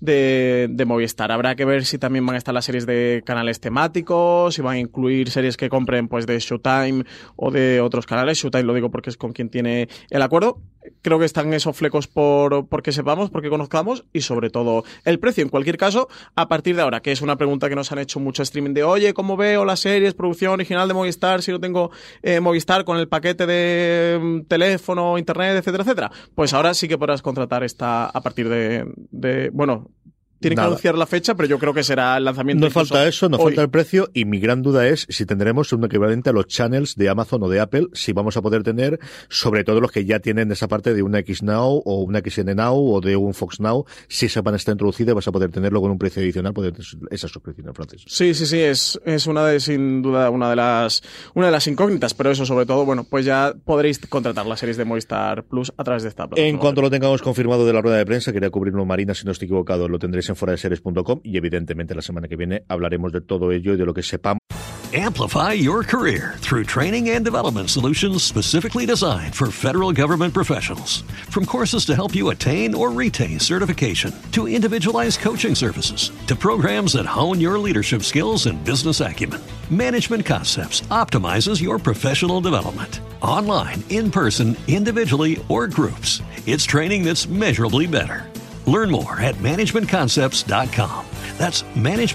de Movistar. Habrá que ver si también van a estar las series de canales temáticos, si van a incluir series que compren pues de Showtime o de otros canales. Showtime lo digo porque es con quien tiene el acuerdo. Creo que están esos flecos porque sepamos, porque conozcamos, y sobre todo el precio. En cualquier caso, a partir de ahora, que es una pregunta que nos han hecho mucho streaming de, oye, ¿cómo veo las series, producción original de Movistar si no tengo Movistar con el paquete de teléfono, internet, etcétera, etcétera? Pues ahora sí que podrás contratar esta a partir de bueno, tienen que anunciar la fecha, pero yo creo que será el lanzamiento. Nos falta eso, nos falta el precio, y mi gran duda es si tendremos un equivalente a los channels de Amazon o de Apple, si vamos a poder tener, sobre todo los que ya tienen esa parte de una X Now o una XN Now o de un Fox Now, si esa van a estar introducida y vas a poder tenerlo con un precio adicional, poder esa suscripción en francés. Sí, es sin duda una de las incógnitas, pero eso sobre todo, bueno, pues ya podréis contratar las series de Movistar Plus a través de esta plataforma. En cuanto lo tengamos confirmado de la rueda de prensa, quería cubrirlo, Marina, si no estoy equivocado, lo tendréis en foradeseries.com, y evidentemente la semana que viene hablaremos de todo ello y de lo que sepamos. Amplify your career through training and development solutions specifically designed for federal government professionals. From courses to help you attain or retain certification, to individualized coaching services, to programs that hone your leadership skills and business acumen, Management Concepts optimizes your professional development. Online, in person, individually, or groups, it's training that's measurably better. Learn more at managementconcepts.com. That's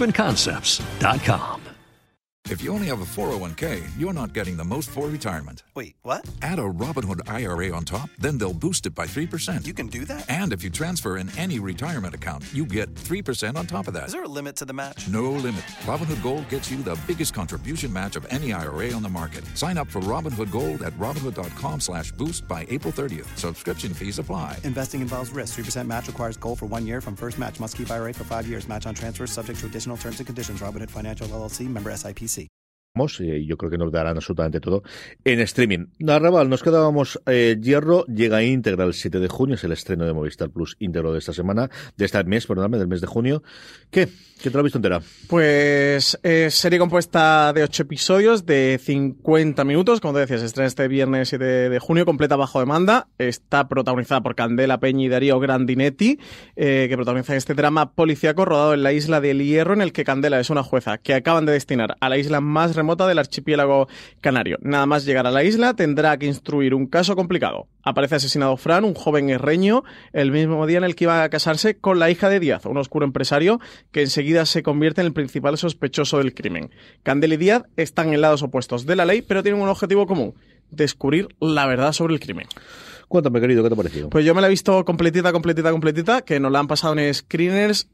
managementconcepts.com. If you only have a 401k, you're not getting the most for retirement. Wait, what? Add a Robinhood IRA on top, then they'll boost it by 3%. You can do that? And if you transfer in any retirement account, you get 3% on top of that. Is there a limit to the match? No limit. Robinhood Gold gets you the biggest contribution match of any IRA on the market. Sign up for Robinhood Gold at Robinhood.com/boost by April 30th. Subscription fees apply. Investing involves risk. 3% match requires gold for 1 year from first match. Must keep IRA for 5 years. Match on transfers subject to additional terms and conditions. Robinhood Financial LLC, member SIPC. Y yo creo que nos darán absolutamente todo en streaming. Narraval, nos quedábamos Hierro, llega íntegra el 7 de junio, es el estreno de Movistar Plus íntegro de esta semana, de este mes, perdóname, del mes de junio. ¿Qué te lo has visto entera? Pues serie compuesta de 8 episodios de 50 minutos, como te decías, se estrena este viernes 7 de junio, completa bajo demanda, está protagonizada por Candela Peña y Darío Grandinetti, que protagonizan este drama policíaco rodado en la isla del Hierro, en el que Candela es una jueza que acaban de destinar a la isla más remota del archipiélago canario. Nada más llegar a la isla tendrá que instruir un caso complicado. Aparece asesinado Fran, un joven herreño, el mismo día en el que iba a casarse con la hija de Díaz, un oscuro empresario que enseguida se convierte en el principal sospechoso del crimen. Candela y Díaz están en lados opuestos de la ley, pero tienen un objetivo común: descubrir la verdad sobre el crimen. Cuéntame, querido, ¿qué te ha parecido? Pues yo me la he visto completita, que nos la han pasado en screeners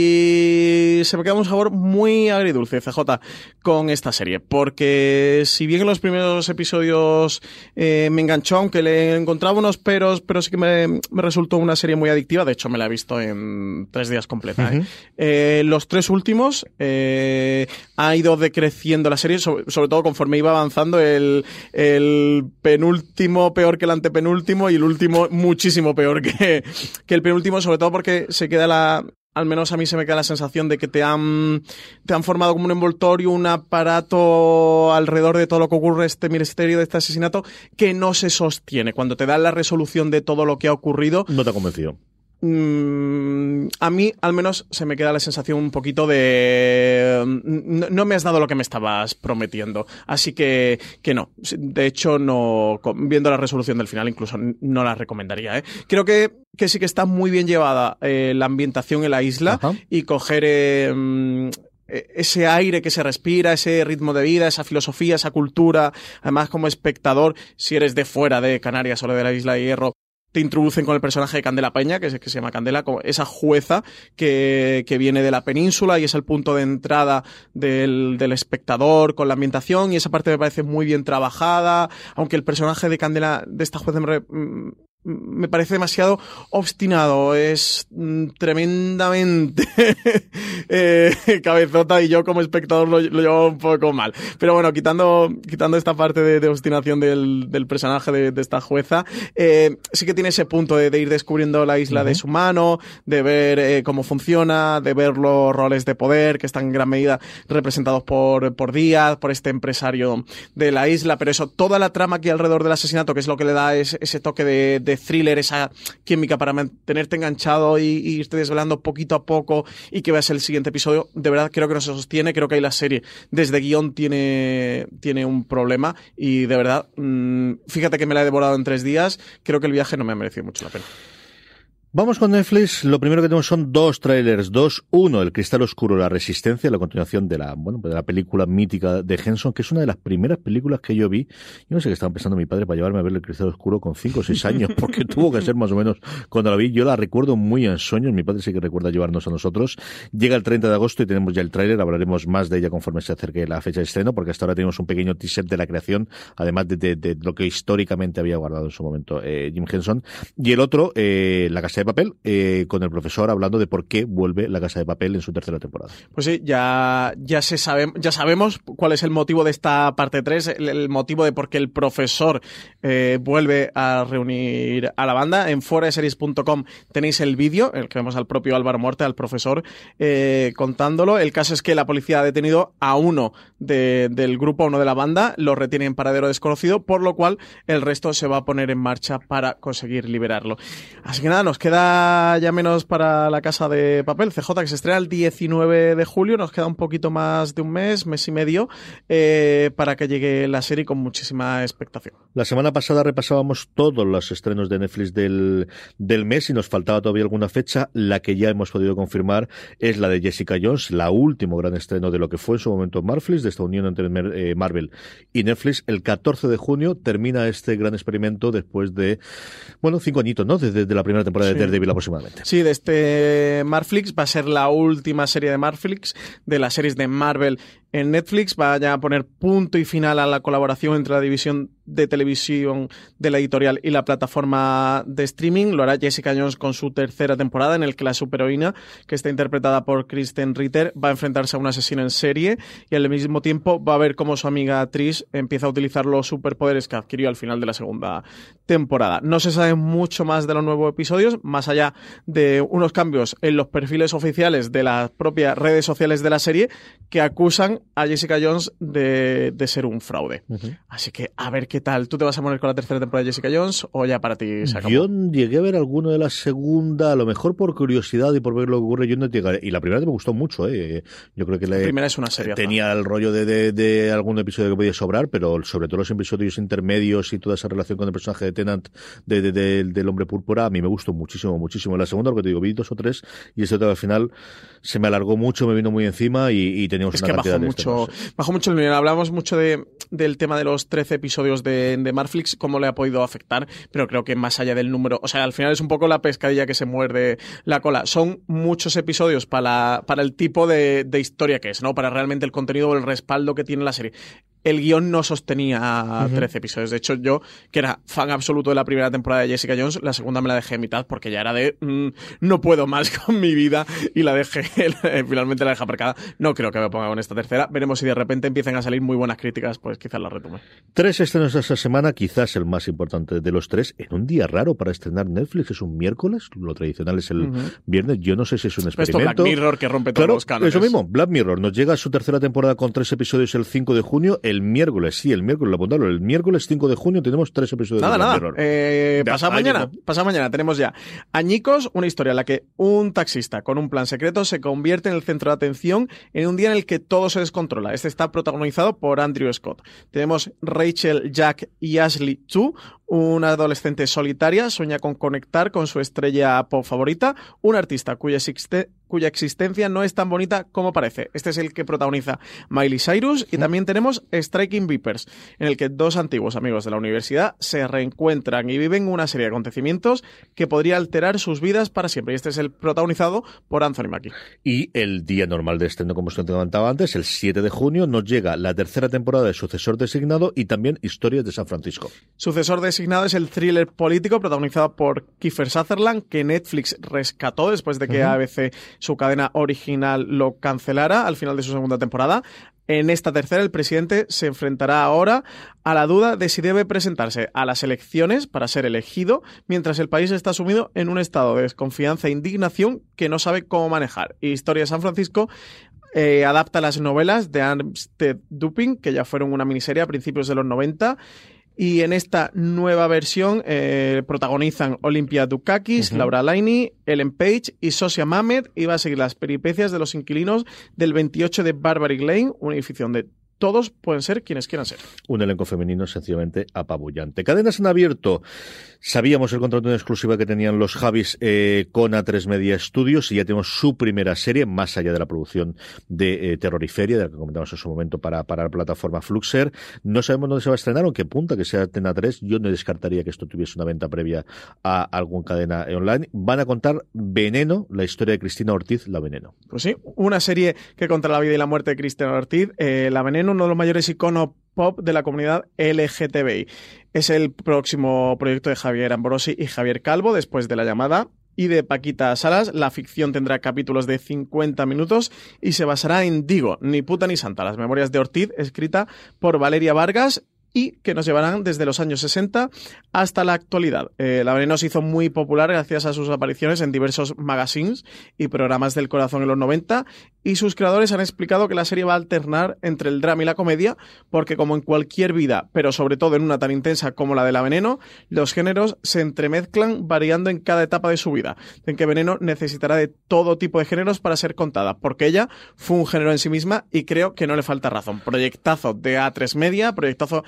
y se me queda un sabor muy agridulce, CJ, con esta serie. Porque si bien en los primeros episodios me enganchó, aunque le encontraba unos peros, pero sí que me resultó una serie muy adictiva. De hecho, me la he visto en 3 días completa. Los 3 últimos ha ido decreciendo la serie, sobre todo conforme iba avanzando. El penúltimo peor que el antepenúltimo, y el último muchísimo peor que el penúltimo, sobre todo porque se queda al menos a mí se me queda la sensación de que te han formado como un envoltorio, un aparato alrededor de todo lo que ocurre, este misterio de este asesinato, que no se sostiene. Cuando te dan la resolución de todo lo que ha ocurrido, no te ha convencido. A mí, al menos, se me queda la sensación un poquito de... No me has dado lo que me estabas prometiendo. Así que no. De hecho, no, viendo la resolución del final, incluso no la recomendaría. Creo que sí que está muy bien llevada la ambientación en la isla. Ajá. Y coger ese aire que se respira, ese ritmo de vida, esa filosofía, esa cultura. Además, como espectador, si eres de fuera de Canarias o de la Isla de Hierro, te introducen con el personaje de Candela Peña, que se llama Candela, como esa jueza que viene de la península y es el punto de entrada del espectador con la ambientación, y esa parte me parece muy bien trabajada, aunque el personaje de Candela, de esta jueza, me parece demasiado obstinado, es tremendamente cabezota, y yo como espectador lo llevo un poco mal. Pero bueno, quitando esta parte de obstinación del personaje de esta jueza, sí que tiene ese punto de ir descubriendo la isla de su mano, de ver cómo funciona, de ver los roles de poder que están en gran medida representados por Díaz, por este empresario de la isla, pero eso, toda la trama aquí alrededor del asesinato, que es lo que le da ese toque de thriller, esa química para mantenerte enganchado y irte desvelando poquito a poco y que veas el siguiente episodio. De verdad creo que no se sostiene, creo que ahí la serie desde guión tiene un problema, y de verdad, fíjate que me la he devorado en 3 días, creo que el viaje no me ha merecido mucho la pena. Vamos con Netflix. Lo primero que tenemos son 2 trailers. 1, El Cristal Oscuro, La Resistencia, la continuación de la película mítica de Henson, que es una de las primeras películas que yo vi. Yo no sé qué estaba pensando mi padre para llevarme a ver El Cristal Oscuro con 5 o 6 años, porque tuvo que ser más o menos cuando la vi. Yo la recuerdo muy en sueños. Mi padre sí que recuerda llevarnos a nosotros. Llega el 30 de agosto y tenemos ya el tráiler. Hablaremos más de ella conforme se acerque la fecha de estreno, porque hasta ahora tenemos un pequeño teaser de la creación, además de lo que históricamente había guardado en su momento Jim Henson. Y el otro, La Casa de Papel, con el profesor hablando de por qué vuelve La Casa de Papel en su 3ª temporada. Pues sí, ya sabemos cuál es el motivo de esta parte 3, el motivo de por qué el profesor vuelve a reunir a la banda. En foraseries.com tenéis el vídeo, en el que vemos al propio Álvaro Morte, al profesor, contándolo. El caso es que la policía ha detenido a uno del grupo, a uno de la banda, lo retiene en paradero desconocido, por lo cual el resto se va a poner en marcha para conseguir liberarlo. Así que nada, nos queda ya menos para La Casa de Papel, CJ, que se estrena el 19 de julio, nos queda un poquito más de un mes y medio, para que llegue la serie, con muchísima expectación. La semana pasada repasábamos todos los estrenos de Netflix del mes y nos faltaba todavía alguna fecha. La que ya hemos podido confirmar es la de Jessica Jones, la último gran estreno de lo que fue en su momento Marflix, de esta unión entre Marvel y Netflix. El 14 de junio termina este gran experimento después de, 5 añitos, ¿no? Desde la primera temporada de Daredevil aproximadamente. Sí, de este Marflix, va a ser la última serie de Marflix, de las series de Marvel en Netflix. Va a poner punto y final a la colaboración entre la división de televisión de la editorial y la plataforma de streaming. Lo hará Jessica Jones con su 3ª temporada, en el que la superheroína, que está interpretada por Kristen Ritter, va a enfrentarse a un asesino en serie, y al mismo tiempo va a ver cómo su amiga Trish empieza a utilizar los superpoderes que adquirió al final de la 2ª temporada. No se sabe mucho más de los nuevos episodios, más allá de unos cambios en los perfiles oficiales de las propias redes sociales de la serie, que acusan a Jessica Jones de ser un fraude. Así que a ver qué tal. ¿Tú te vas a poner con la 3ª temporada de Jessica Jones o ya para ti se acabó? Yo llegué a ver alguno de la segunda, a lo mejor por curiosidad y por ver lo que ocurre. Yo no llegué, y la primera me gustó mucho. Yo creo que la primera es una serie. Tenía el rollo de algún episodio que podía sobrar, pero sobre todo los episodios intermedios y toda esa relación con el personaje de Tennant del Hombre Púrpura, a mí me gustó muchísimo, muchísimo. La segunda, lo que te digo, vi 2 o 3 y ese al final se me alargó mucho, me vino muy encima y teníamos una cantidad de bajó mucho el nivel. Hablamos mucho del tema de los 13 episodios de Marflix, cómo le ha podido afectar, pero creo que más allá del número, o sea, al final es un poco la pescadilla que se muerde la cola. Son muchos episodios para el tipo de historia que es, ¿no? Para realmente el contenido o el respaldo que tiene la serie. El guión no sostenía 13 episodios. De hecho, yo, que era fan absoluto de la primera temporada de Jessica Jones, la segunda me la dejé a mitad porque ya era de no puedo más con mi vida, y la dejé, finalmente la dejé aparcada. No creo que me ponga con esta 3ª. Veremos si de repente empiezan a salir muy buenas críticas, pues quizás la retome. 3 estrenos esta semana, quizás el más importante de los 3, en un día raro para estrenar Netflix. Es un miércoles, lo tradicional es el viernes. Yo no sé si es un experimento. Esto Black Mirror, que rompe todos los cánones. Eso mismo, Black Mirror nos llega a su 3ª temporada con 3 episodios el 5 de junio. El miércoles, lo apuntaron, el miércoles 5 de junio tenemos 3 episodios de Black Mirror. Pasado mañana tenemos ya Añicos, una historia en la que un taxista con un plan secreto se convierte en el centro de atención en un día en el que todo se descontrola. Este está protagonizado por Andrew Scott. Tenemos Rachel, Jack y Ashley Chu, Una adolescente solitaria sueña con conectar con su estrella pop favorita, un artista cuya existencia no es tan bonita como parece. Este es el que protagoniza Miley Cyrus, y también tenemos Striking Vipers, en el que dos antiguos amigos de la universidad se reencuentran y viven una serie de acontecimientos que podría alterar sus vidas para siempre. Y este es el protagonizado por Anthony Mackie. Y el día normal de estreno, como os comentaba antes, el 7 de junio, nos llega la tercera temporada de Sucesor Designado y también Historias de San Francisco. Sucesor Designado es el thriller político protagonizado por Kiefer Sutherland, que Netflix rescató después de que ABC, su cadena original, lo cancelara al final de su segunda temporada. En esta tercera, el presidente se enfrentará ahora a la duda de si debe presentarse a las elecciones para ser elegido, mientras el país está sumido en un estado de desconfianza e indignación que no sabe cómo manejar. Historia de San Francisco adapta las novelas de Armistead Dupin, que ya fueron una miniserie a principios de los 90, y en esta nueva versión protagonizan Olympia Dukakis, Laura Linney, Ellen Page y Zosia Mamet, y va a seguir las peripecias de los inquilinos del 28 de Barbary Lane, un edificio donde todos pueden ser quienes quieran ser. Un elenco femenino sencillamente apabullante. Cadenas en abierto. Sabíamos el contrato en exclusiva que tenían los Javis con A3 Media Studios, y ya tenemos su primera serie, más allá de la producción de Terroriferia, de la que comentamos en su momento para la plataforma Fluxer. No sabemos dónde se va a estrenar, aunque apunta que sea en A3. Yo no descartaría que esto tuviese una venta previa a alguna cadena online. Van a contar Veneno, la historia de Cristina Ortiz, La Veneno. Pues sí, una serie que contra la vida y la muerte de Cristina Ortiz, La Veneno, uno de los mayores iconos pop de la comunidad LGTBI. Es el próximo proyecto de Javier Ambrosi y Javier Calvo, después de La Llamada y de Paquita Salas. La ficción tendrá capítulos de 50 minutos y se basará en Digo, ni puta ni santa, las memorias de Ortiz, escrita por Valeria Vargas, y que nos llevarán desde los años 60 hasta la actualidad. La Veneno se hizo muy popular gracias a sus apariciones en diversos magazines y programas del corazón en los 90, y sus creadores han explicado que la serie va a alternar entre el drama y la comedia, porque como en cualquier vida, pero sobre todo en una tan intensa como la de La Veneno, los géneros se entremezclan variando en cada etapa de su vida. En que Veneno necesitará de todo tipo de géneros para ser contada, porque ella fue un género en sí misma, y creo que no le falta razón. Proyectazo de A3 Media, proyectazo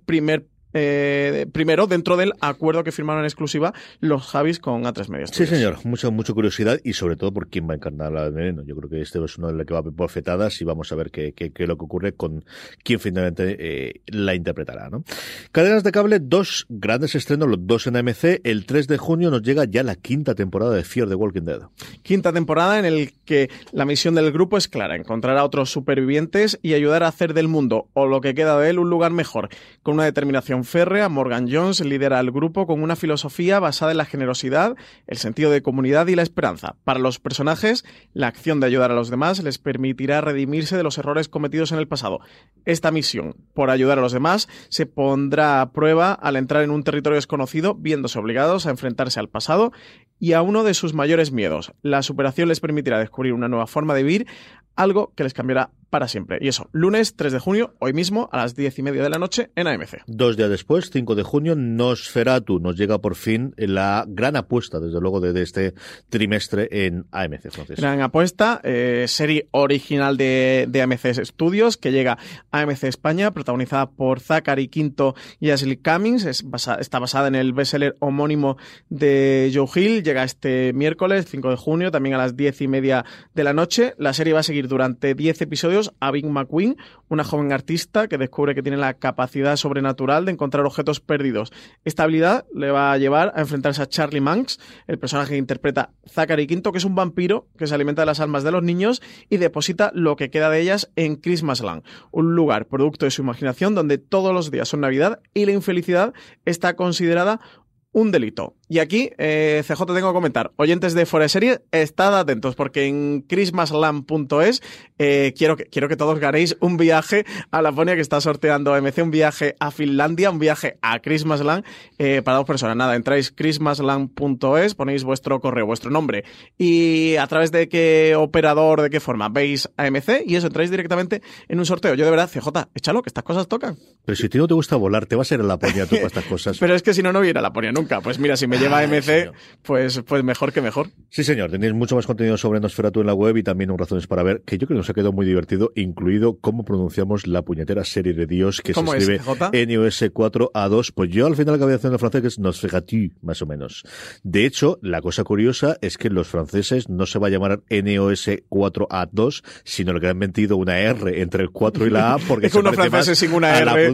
primero dentro del acuerdo que firmaron en exclusiva los Javis con A3 Media Studios. Sí, señor. Mucha curiosidad, y sobre todo por quién va a encarnar la Veneno. Yo creo que este es uno de los que va a ver bofetadas, y vamos a ver qué es lo que ocurre con quién finalmente la interpretará, ¿no? Cadenas de cable, dos grandes estrenos, los dos en AMC. El 3 de junio nos llega ya la quinta temporada de Fear the Walking Dead. Quinta temporada en el que la misión del grupo es clara: encontrar a otros supervivientes y ayudar a hacer del mundo, o lo que queda de él, un lugar mejor. Con una determinación férrea, Morgan Jones lidera al grupo con una filosofía basada en la generosidad, el sentido de comunidad y la esperanza. Para los personajes, la acción de ayudar a los demás les permitirá redimirse de los errores cometidos en el pasado. Esta misión, por ayudar a los demás, se pondrá a prueba al entrar en un territorio desconocido, viéndose obligados a enfrentarse al pasado y a uno de sus mayores miedos. La superación les permitirá descubrir una nueva forma de vivir, algo que les cambiará para siempre. Y eso, lunes 3 de junio, hoy mismo, a las 10:30 de la noche, en AMC. 2 días después, 5 de junio, Nosferatu. Nos llega por fin la gran apuesta, desde luego, de este trimestre en AMC, Francis. Gran apuesta, serie original de AMC Studios, que llega a AMC España, protagonizada por Zachary Quinto y Ashley Cummings. Está basada en el bestseller homónimo de Joe Hill. Llega este miércoles, 5 de junio, también a las 10:30 de la noche. La serie va a seguir durante 10 episodios a Big McQueen, una joven artista que descubre que tiene la capacidad sobrenatural de encontrar objetos perdidos. Esta habilidad le va a llevar a enfrentarse a Charlie Manx, el personaje que interpreta Zachary Quinto, que es un vampiro que se alimenta de las almas de los niños y deposita lo que queda de ellas en Christmasland, un lugar producto de su imaginación donde todos los días son Navidad y la infelicidad está considerada un delito. Y aquí, CJ, tengo que comentar, oyentes de Fuera de Serie, estad atentos, porque en christmasland.es quiero que todos ganéis un viaje a Laponia que está sorteando AMC, un viaje a Finlandia, un viaje a Christmasland para 2 personas. Nada, entráis christmasland.es, ponéis vuestro correo, vuestro nombre y a través de qué operador, de qué forma veis AMC, y eso, entráis directamente en un sorteo. Yo de verdad, CJ, échalo, que estas cosas tocan. Pero si a ti no te gusta volar, te vas a ir a Laponia tú para estas cosas. Pero es que si no, no voy a ir a Laponia nunca. Pues mira, si me lleva MC, pues mejor que mejor. Sí, señor. Tenéis mucho más contenido sobre Nosferatu en la web y también un Razones para Ver, que yo creo que nos ha quedado muy divertido, incluido cómo pronunciamos la puñetera serie de Dios que se escribe NOS4A2. Pues yo al final acabé haciendo en francés, que es Nosferatu, más o menos. De hecho, la cosa curiosa es que los franceses no se va a llamar NOS4A2, sino que han metido una R entre el 4 y la A, porque es que unos franceses sin una R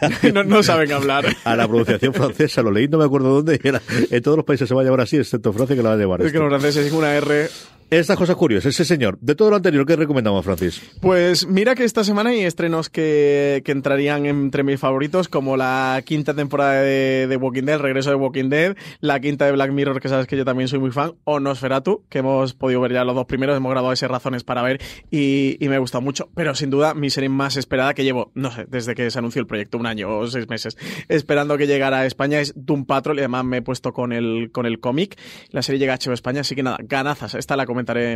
no saben hablar. A la pronunciación francesa, lo leí, no me acuerdo dónde, y era, en todos los países se va a llamar así, excepto Francia, que la va a llamar Es que los franceses sin una R... Estas cosas curiosas, ese señor. De todo lo anterior, ¿qué recomendamos, Francis? Pues mira que esta semana hay estrenos que entrarían entre mis favoritos, como la quinta temporada de Walking Dead, el regreso de Walking Dead, la quinta de Black Mirror, que sabes que yo también soy muy fan, o Nosferatu, que hemos podido ver ya los dos primeros, hemos grabado ese Razones para Ver y me ha gustado mucho, pero sin duda mi serie más esperada, que llevo, no sé, desde que se anunció el proyecto, 1 año o 6 meses, esperando que llegara a España, es Doom Patrol, y además me he puesto con el cómic. La serie llega a HBO España, así que nada, ganazas. Esta la comentaré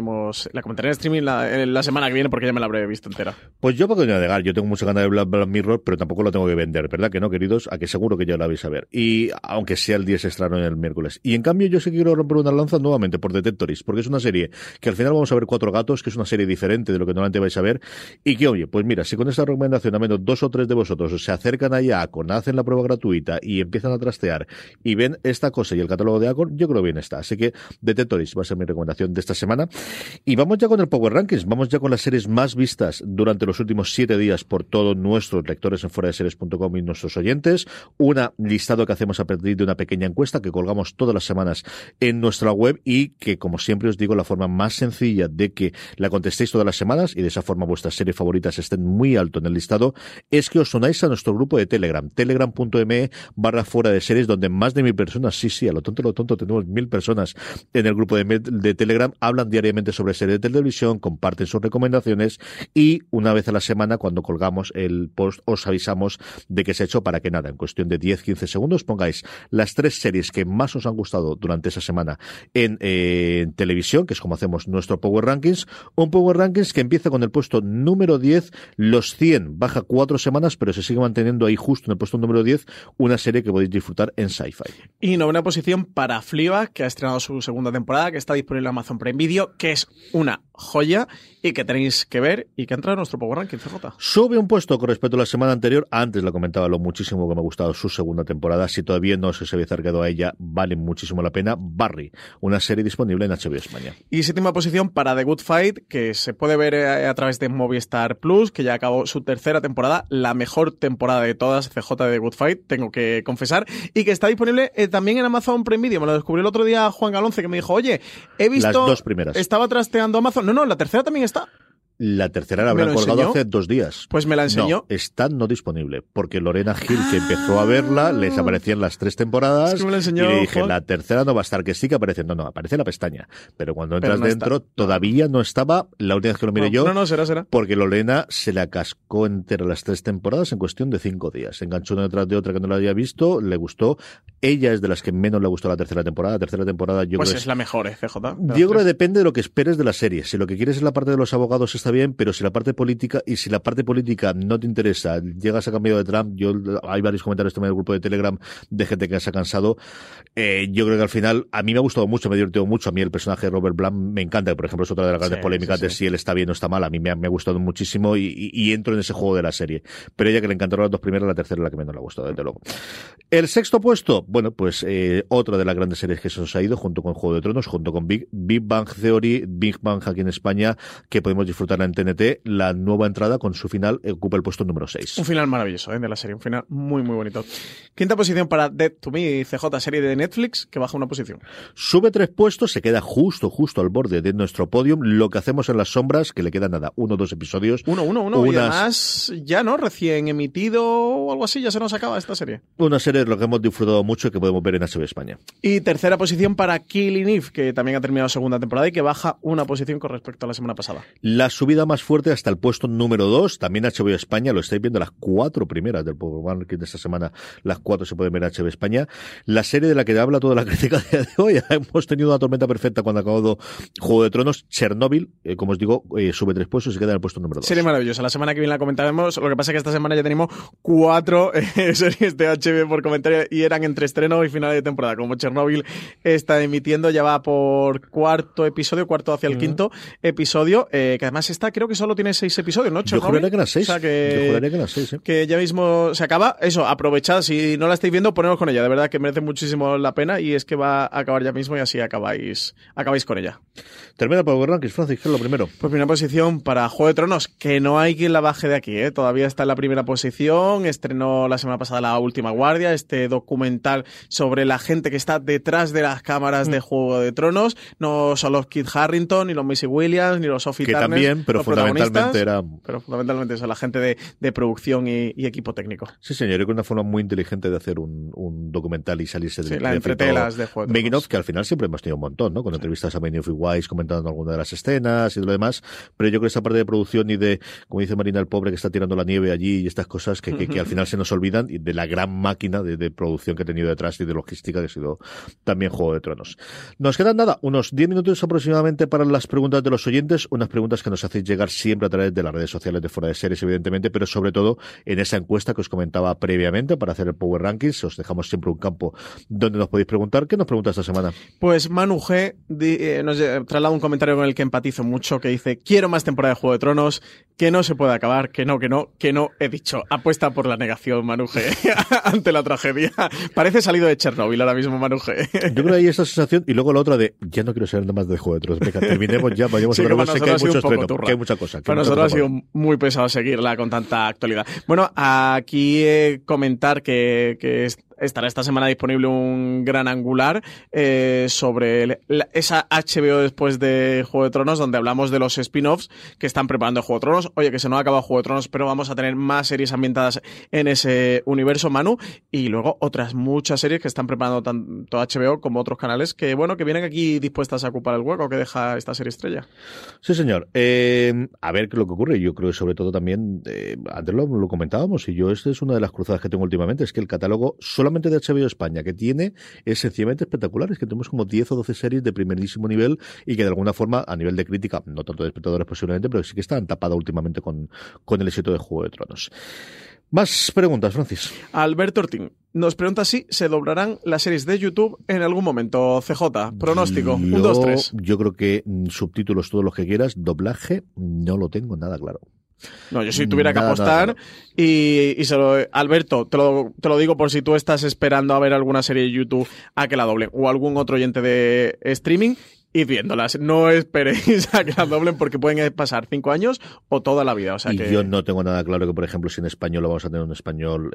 en streaming la semana que viene, porque ya me la habré visto entera. Pues yo puedo negar, yo tengo mucha ganas de Black Mirror, pero tampoco lo tengo que vender, ¿verdad que no, queridos? A que seguro que ya la vais a ver. Y aunque sea el día se estreno el miércoles. Y en cambio yo sí quiero romper una lanza nuevamente por Detectorist, porque es una serie que al final vamos a ver 4 gatos, que es una serie diferente de lo que normalmente vais a ver, y que, oye, pues mira, si con esta recomendación al menos 2 o 3 de vosotros se acercan allá a Acon, hacen la prueba gratuita y empiezan a trastear y ven esta cosa y el catálogo de Acon, yo creo bien está. Así que Detectorist va a ser mi recomendación de esta semana. Y vamos ya con el Power Rankings, vamos ya con las series más vistas durante los últimos 7 días por todos nuestros lectores en fueradeseries.com y nuestros oyentes. Un listado que hacemos a partir de una pequeña encuesta que colgamos todas las semanas en nuestra web y que, como siempre os digo, la forma más sencilla de que la contestéis todas las semanas y de esa forma vuestras series favoritas estén muy alto en el listado es que os unáis a nuestro grupo de Telegram, telegram.me/fueradeseries, donde más de 1000 personas, sí, a lo tonto tenemos 1000 personas en el grupo de Telegram, hablan diariamente sobre series de televisión, comparten sus recomendaciones y una vez a la semana, cuando colgamos el post, os avisamos de que se ha hecho, para que nada, en cuestión de 10-15 segundos pongáis las 3 series que más os han gustado durante esa semana en televisión, que es como hacemos nuestro Power Rankings. Un Power Rankings que empieza con el puesto número 10, los 100, baja 4 semanas, pero se sigue manteniendo ahí justo en el puesto número 10, una serie que podéis disfrutar en Sci-Fi. Y novena posición para Fleabag, que ha estrenado su segunda temporada, que está disponible en Amazon Prime Video, que es una joya y que tenéis que ver y que entra en nuestro Power Ranking, CJ. Sube un puesto con respecto a la semana anterior. Antes la comentaba lo muchísimo que me ha gustado su segunda temporada. Si todavía no se había acercado a ella, vale muchísimo la pena. Barry, una serie disponible en HBO España. Y séptima posición para The Good Fight, que se puede ver a través de Movistar Plus, que ya acabó su tercera temporada, la mejor temporada de todas, CJ, de The Good Fight, tengo que confesar, y que está disponible también en Amazon Prime Video. Me lo descubrió el otro día Juan Galonce, que me dijo, oye, he visto... Las 2 primeras. Estaba trasteando Amazon. No, la tercera también está. La tercera la habrán colgado hace 2 días. Pues me la enseñó. No, está no disponible, porque Lorena Gil, que empezó a verla, les aparecían las 3 temporadas, es que me la enseñó, y le dije, Juan. La tercera no va a estar, que sí que aparece. No, aparece la pestaña. Pero cuando entras dentro, todavía no estaba, la última vez que lo miré yo. No, será. Porque Lorena se la cascó entera las 3 temporadas en cuestión de 5 días. Se enganchó una detrás de otra que no la había visto, le gustó. Ella es de las que menos le gustó la tercera temporada. La tercera temporada yo pues creo es la mejor, CJ. Yo creo que depende de lo que esperes de la serie. Si lo que quieres es la parte de los abogados está bien, pero si la parte política, y si la parte política no te interesa, llegas a cambio de Trump, hay varios comentarios también en el grupo de Telegram de gente que se ha cansado. Yo creo que al final, a mí me ha gustado mucho, me ha divertido mucho. A mí el personaje de Robert Blunt me encanta, por ejemplo, es otra de las grandes polémicas de si él está bien o está mal. A mí me ha gustado muchísimo y entro en ese juego de la serie. Pero ella, que le encantaron las 2 primeras, la tercera es la que menos le ha gustado, desde luego. El sexto puesto, bueno, pues otra de las grandes series que se nos ha ido, junto con Juego de Tronos, junto con Big Bang Theory, Big Bang aquí en España, que podemos disfrutar en TNT. La nueva entrada con su final ocupa el puesto número 6. Un final maravilloso de la serie, un final muy muy bonito. Quinta posición para Dead to Me, CJ, serie de Netflix, que baja una posición. Sube 3 puestos, se queda justo al borde de nuestro podium. Lo que hacemos en las sombras, que le queda nada, 1 o 2 episodios. Uno. Y además, ya no, recién emitido o algo así, ya se nos acaba esta serie. Una serie de lo que hemos disfrutado mucho y que podemos ver en HBO España. Y tercera posición para Killing Eve, que también ha terminado segunda temporada y que baja una posición con respecto a la semana pasada. La subida subida más fuerte hasta el puesto número 2. También HBO España, lo estáis viendo, las 4 primeras del Power Ranking de esta semana, las 4 se pueden ver en HBO España. La serie de la que habla toda la crítica de hoy. Hemos tenido una tormenta perfecta cuando ha acabado Juego de Tronos. Chernobyl, como os digo, sube 3 puestos y se queda en el puesto número 2. Serie maravillosa. La semana que viene la comentaremos. Lo que pasa es que esta semana ya tenemos 4 series de HBO por comentario y eran entre estreno y final de temporada. Como Chernobyl está emitiendo, ya va por cuarto hacia el quinto episodio, que además creo que solo tiene 6 episodios, ¿no? Yo juraría que eran 6. O sea que, yo juraría que eran 6, ¿eh? Que ya mismo se acaba. Eso, aprovechad. Si no la estáis viendo, poneros con ella. De verdad que merece muchísimo la pena y es que va a acabar ya mismo y así acabáis con ella. Termina el Power Rankings, Francis, ¿qué es lo primero? Pues primera posición para Juego de Tronos, que no hay quien la baje de aquí, ¿eh? Todavía está en la primera posición. Estrenó la semana pasada La Última Guardia, este documental sobre la gente que está detrás de las cámaras de Juego de Tronos. No son los Kit Harington, ni los Maisie Williams, ni los Sophie Turner. Que también, pero fundamentalmente son la gente de producción y equipo técnico. Sí, señor, creo que es una forma muy inteligente de hacer un documental y salirse del la entretelas de Juego de Tronos. Benioff, que al final siempre hemos tenido un montón, ¿no? Con entrevistas a Benioff y Weiss comentando alguna de las escenas y de lo demás, pero yo creo que esta parte de producción y de, como dice Marina, el pobre que está tirando la nieve allí y estas cosas que al final se nos olvidan, y de la gran máquina de producción que ha tenido detrás y de logística que ha sido también Juego de Tronos. Nos quedan unos 10 minutos aproximadamente para las preguntas de los oyentes, unas preguntas que nos hacéis llegar siempre a través de las redes sociales de Fuera de Series, evidentemente, pero sobre todo en esa encuesta que os comentaba previamente para hacer el Power Rankings. Os dejamos siempre un campo donde nos podéis preguntar. ¿Qué nos pregunta esta semana? Pues Manu G nos traslada un comentario con el que empatizo mucho, que dice: quiero más temporada de Juego de Tronos, que no se puede acabar, que no, he dicho. Apuesta por la negación, Manu G, ante la tragedia. Parece salido de Chernobyl ahora mismo, Manu G. Yo creo que hay esa sensación, y luego la otra de, ya no quiero saber nada más de Juego de Tronos. Venga, terminemos ya, vayamos a ver, sé que hay mucho estreno, que hay mucha cosa. Para nosotros ha sido muy pesado seguirla con tanta actualidad. Bueno, aquí comentar que estará esta semana disponible un gran angular sobre esa HBO después de Juego de Tronos, donde hablamos de los spin-offs que están preparando Juego de Tronos. Oye, que se nos ha acabado Juego de Tronos, pero vamos a tener más series ambientadas en ese universo, Manu, y luego otras muchas series que están preparando tanto HBO como otros canales que vienen aquí dispuestas a ocupar el hueco que deja esta serie estrella. Sí, señor. A ver qué es lo que ocurre. Yo creo que sobre todo también, antes lo comentábamos, y yo esta es una de las cruzadas que tengo últimamente, es que el catálogo solamente de HBO España que tiene es sencillamente espectacular. Es que tenemos como 10 o 12 series de primerísimo nivel y que de alguna forma, a nivel de crítica, no tanto de espectadores posiblemente, pero sí que están tapadas últimamente con el éxito de Juego de Tronos. Más preguntas, Francis. Alberto Ortín nos pregunta si se doblarán las series de YouTube en algún momento. CJ, pronóstico, 1, 2, 3. Yo creo que subtítulos todos los que quieras, doblaje, no lo tengo nada claro. No, yo si tuviera que apostar y Alberto, te lo digo por si tú estás esperando a ver alguna serie de YouTube a que la doblen o algún otro oyente de streaming, id viéndolas. No esperéis a que la doblen porque pueden pasar 5 años o toda la vida. O sea yo no tengo nada claro que, por ejemplo, si en español lo vamos a tener un español...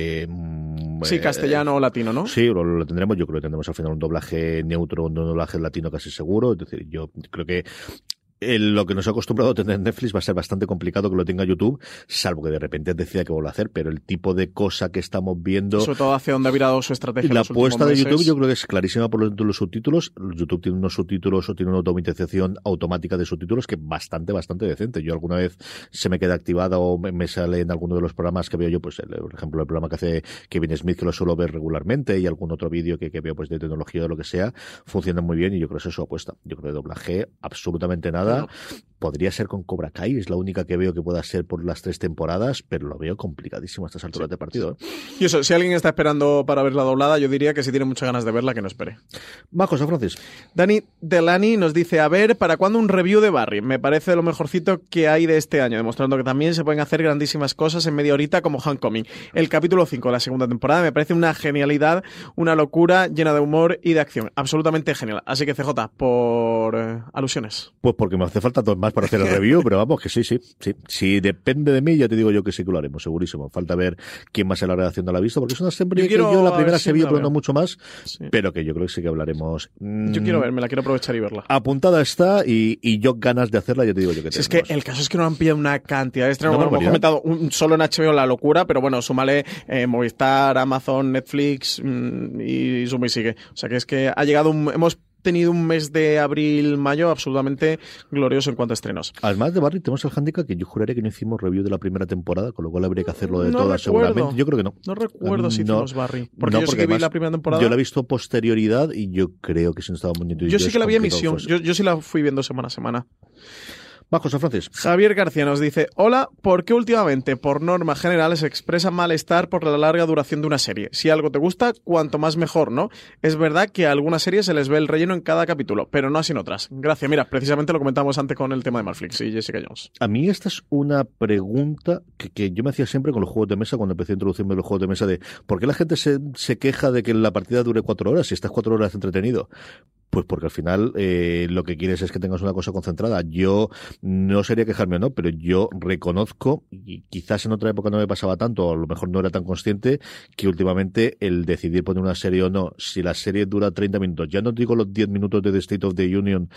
sí, castellano o latino, ¿no? Sí, lo tendremos. Yo creo que tendremos al final un doblaje neutro, un doblaje latino casi seguro. Es decir, yo creo que lo que nos ha acostumbrado a tener Netflix va a ser bastante complicado que lo tenga YouTube, salvo que de repente decida que vuelva a hacer, pero el tipo de cosa que estamos viendo... Sobre todo hacia dónde ha virado su estrategia. La apuesta de YouTube yo creo que es clarísima por los subtítulos. YouTube tiene unos subtítulos o tiene una automatización automática de subtítulos que bastante decente. Yo alguna vez se me queda activada o me sale en alguno de los programas que veo yo, pues por ejemplo el programa que hace Kevin Smith, que lo suelo ver regularmente, y algún otro vídeo que veo pues de tecnología o de lo que sea, funciona muy bien y yo creo que es su apuesta. Yo creo que doblaje absolutamente nada. Podría ser con Cobra Kai, es la única que veo que pueda ser por las 3 temporadas, pero lo veo complicadísimo a estas alturas de partido. Y eso, si alguien está esperando para ver la doblada, yo diría que si tiene muchas ganas de verla, que no espere. Más cosas, Francis. Dani Delany nos dice, a ver, ¿para cuándo un review de Barry? Me parece lo mejorcito que hay de este año, demostrando que también se pueden hacer grandísimas cosas en media horita como Homecoming. El capítulo 5 de la segunda temporada me parece una genialidad, una locura llena de humor y de acción. Absolutamente genial. Así que CJ, por alusiones. Pues porque me hace falta 2 más para hacer el review, pero vamos, que sí. Si depende de mí, ya te digo yo que sí que lo haremos, segurísimo. Falta ver quién más en la redacción no la ha visto, porque es una serie que yo la primera se vio, pero no mucho más, pero que yo creo que sí que hablaremos. Yo quiero ver, me la quiero aprovechar y verla. Apuntada está, y yo ganas de hacerla, ya te digo yo que tenemos. Es que el caso es que no han pillado una cantidad de estrenos, como hemos comentado, solo en HBO la locura, pero bueno, súmale Movistar, Amazon, Netflix y suma y sigue. O sea que es que ha llegado hemos tenido un mes de abril-mayo absolutamente glorioso en cuanto a estrenos. Además de Barry, tenemos el handicap que yo juraría que no hicimos review de la primera temporada, con lo cual habría que hacerlo de todas seguramente. Yo creo que no. No recuerdo si hicimos Barry. Porque yo sí que vi la primera temporada. Yo la he visto posterioridad y yo creo que si no estaba muy nítido. Yo sí que la vi en emisión. Yo sí la fui viendo semana a semana. Va, José Francis. Javier García nos dice: hola, ¿por qué últimamente, por norma general, se expresa malestar por la larga duración de una serie? Si algo te gusta, cuanto más mejor, ¿no? Es verdad que a algunas series se les ve el relleno en cada capítulo, pero no así en otras. Gracias. Mira, precisamente lo comentamos antes con el tema de Netflix y Jessica Jones. A mí esta es una pregunta que yo me hacía siempre con los juegos de mesa, cuando empecé a introducirme los juegos de mesa, de ¿por qué la gente se queja de que la partida dure 4 horas si estás 4 horas entretenido? Pues porque al final lo que quieres es que tengas una cosa concentrada. Yo no sería quejarme o no, pero yo reconozco, y quizás en otra época no me pasaba tanto, o a lo mejor no era tan consciente, que últimamente el decidir poner una serie o no, si la serie dura 30 minutos, ya no digo los 10 minutos de The State of the Union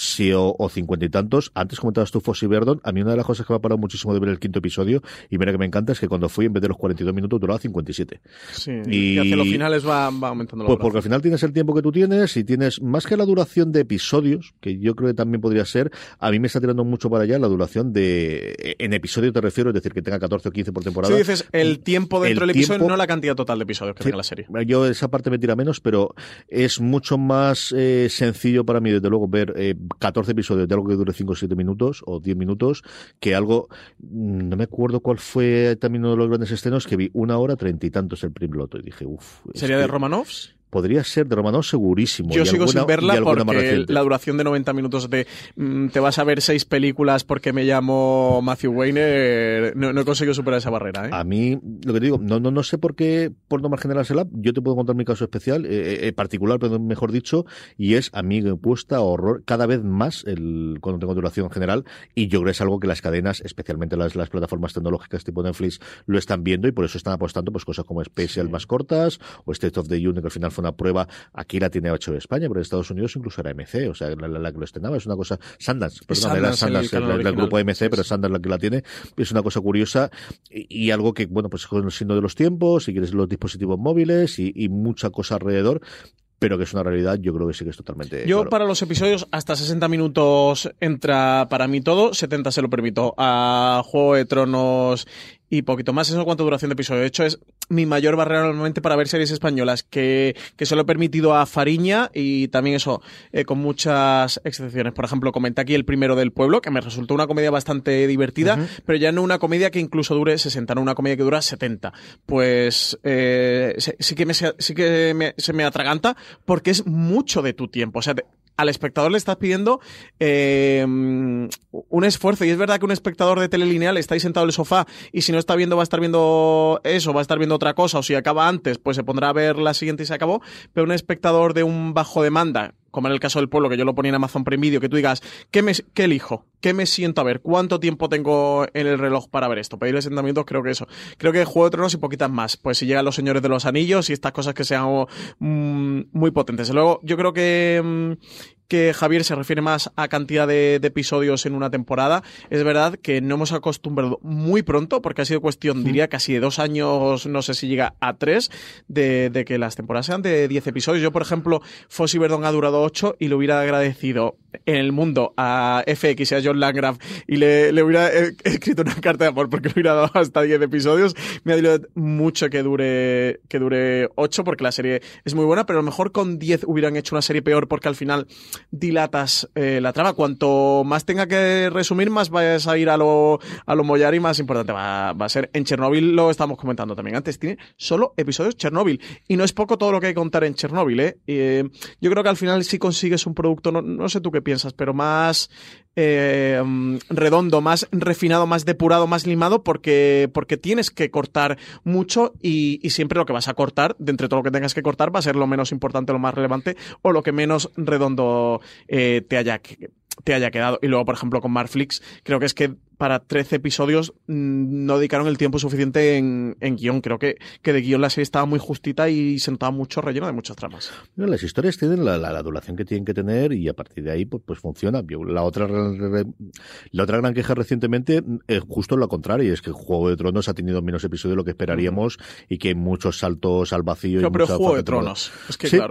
o 50 y tantos, antes comentabas tú Fossey Verdon, a mí una de las cosas que me ha parado muchísimo de ver el 5º episodio, y mira que me encanta, es que cuando fui, en vez de los 42 minutos, duraba 57. Sí, y hacia los finales va aumentando la Pues porque al final tienes el tiempo que tú tienes, y tienes más que la duración de episodios, que yo creo que también podría ser, a mí me está tirando mucho para allá la duración en episodio te refiero, es decir, que tenga 14 o 15 por temporada. Si dices el tiempo dentro del episodio, no la cantidad total de episodios que tenga la serie. Yo esa parte me tira menos, pero es mucho más sencillo para mí, desde luego, ver 14 episodios de algo que dure 5 o 7 minutos o 10 minutos, que algo, no me acuerdo cuál fue también uno de los grandes estrenos, que vi 1 hora 30 y tantos el piloto, y dije, ¿Sería de Romanovs? Podría ser de Romanov segurísimo. Yo sigo sin verla porque la duración de 90 minutos de te vas a ver 6 películas porque me llamo Matthew Weiner, no he conseguido superar esa barrera. A mí, lo que te digo, no sé por qué, por norma general, yo te puedo contar mi caso especial, particular, pero mejor dicho, y es a mí me cuesta horror cada vez más cuando tengo duración general, y yo creo que es algo que las cadenas, especialmente las plataformas tecnológicas tipo Netflix, lo están viendo, y por eso están apostando pues cosas como Special más cortas, o State of the Union, que al final fue una prueba, aquí la tiene hecho España, pero en Estados Unidos incluso era MC, o sea, la que lo estrenaba, es una cosa, Sundance, era Sundance, el grupo MC, pero Sundance la que la tiene, es una cosa curiosa, y algo que, bueno, pues con el signo de los tiempos, si quieres los dispositivos móviles, y mucha cosa alrededor, pero que es una realidad, yo creo que sí que es totalmente... Yo claro. Para los episodios hasta 60 minutos entra para mí todo, 70 se lo permito. A Juego de Tronos y poquito más, eso en cuanto a duración de episodio. De hecho, es mi mayor barrera normalmente para ver series españolas, que se lo he permitido a Fariña, y también eso, con muchas excepciones. Por ejemplo, comenté aquí El primero del pueblo, que me resultó una comedia bastante divertida, pero ya no una comedia que incluso dure 60, no una comedia que dura 70. Pues sí que se me atraganta, porque es mucho de tu tiempo. O sea, al espectador le estás pidiendo un esfuerzo, y es verdad que un espectador de tele lineal está ahí sentado en el sofá, y si no está viendo, va a estar viendo eso, va a estar viendo otra cosa, o si acaba antes, pues se pondrá a ver la siguiente y se acabó. Pero un espectador de un bajo demanda, como en el caso del pueblo, que yo lo ponía en Amazon Prime Video, que tú digas, ¿qué elijo? ¿Qué me siento a ver? ¿Cuánto tiempo tengo en el reloj para ver esto? Pedirle 60 minutos, creo que eso. Creo que Juego de Tronos y poquitas más. Pues si llegan Los Señores de los Anillos y estas cosas que sean muy potentes. Luego, yo creo que Javier se refiere más a cantidad de episodios en una temporada. Es verdad que no hemos acostumbrado muy pronto, porque ha sido cuestión, diría, casi de 2 años, no sé si llega a 3, de que las temporadas sean de 10 episodios. Yo, por ejemplo, Fossey Verdon ha durado 8 y le hubiera agradecido en el mundo a FX y a John Landgraf, y le hubiera escrito una carta de amor porque le hubiera dado hasta 10 episodios. Me ha dolido mucho que dure 8, porque la serie es muy buena, pero a lo mejor con 10 hubieran hecho una serie peor, porque al final dilatas la trama. Cuanto más tenga que resumir, más vayas a ir a lo mollar, y más importante va a ser. En Chernobyl lo estábamos comentando también antes, tiene solo episodios Chernobyl, y no es poco todo lo que hay que contar en Chernobyl, yo creo que al final sí consigues un producto, no sé tú qué piensas, pero más redondo, más refinado, más depurado, más limado, porque tienes que cortar mucho, y siempre lo que vas a cortar, de entre todo lo que tengas que cortar, va a ser lo menos importante, lo más relevante, o lo que menos redondo te haya quedado. Y luego, por ejemplo, con Marflix, creo que es que para 13 episodios no dedicaron el tiempo suficiente en guión. Creo que de guión la serie estaba muy justita y se notaba mucho relleno de muchas tramas. Bueno, las historias tienen la duración que tienen que tener, y a partir de ahí pues funciona. La otra gran queja recientemente es justo lo contrario, y es que Juego de Tronos ha tenido menos episodios de lo que esperaríamos, y que hay muchos saltos al vacío. Pero Juego de Tronos, es que sí. Claro.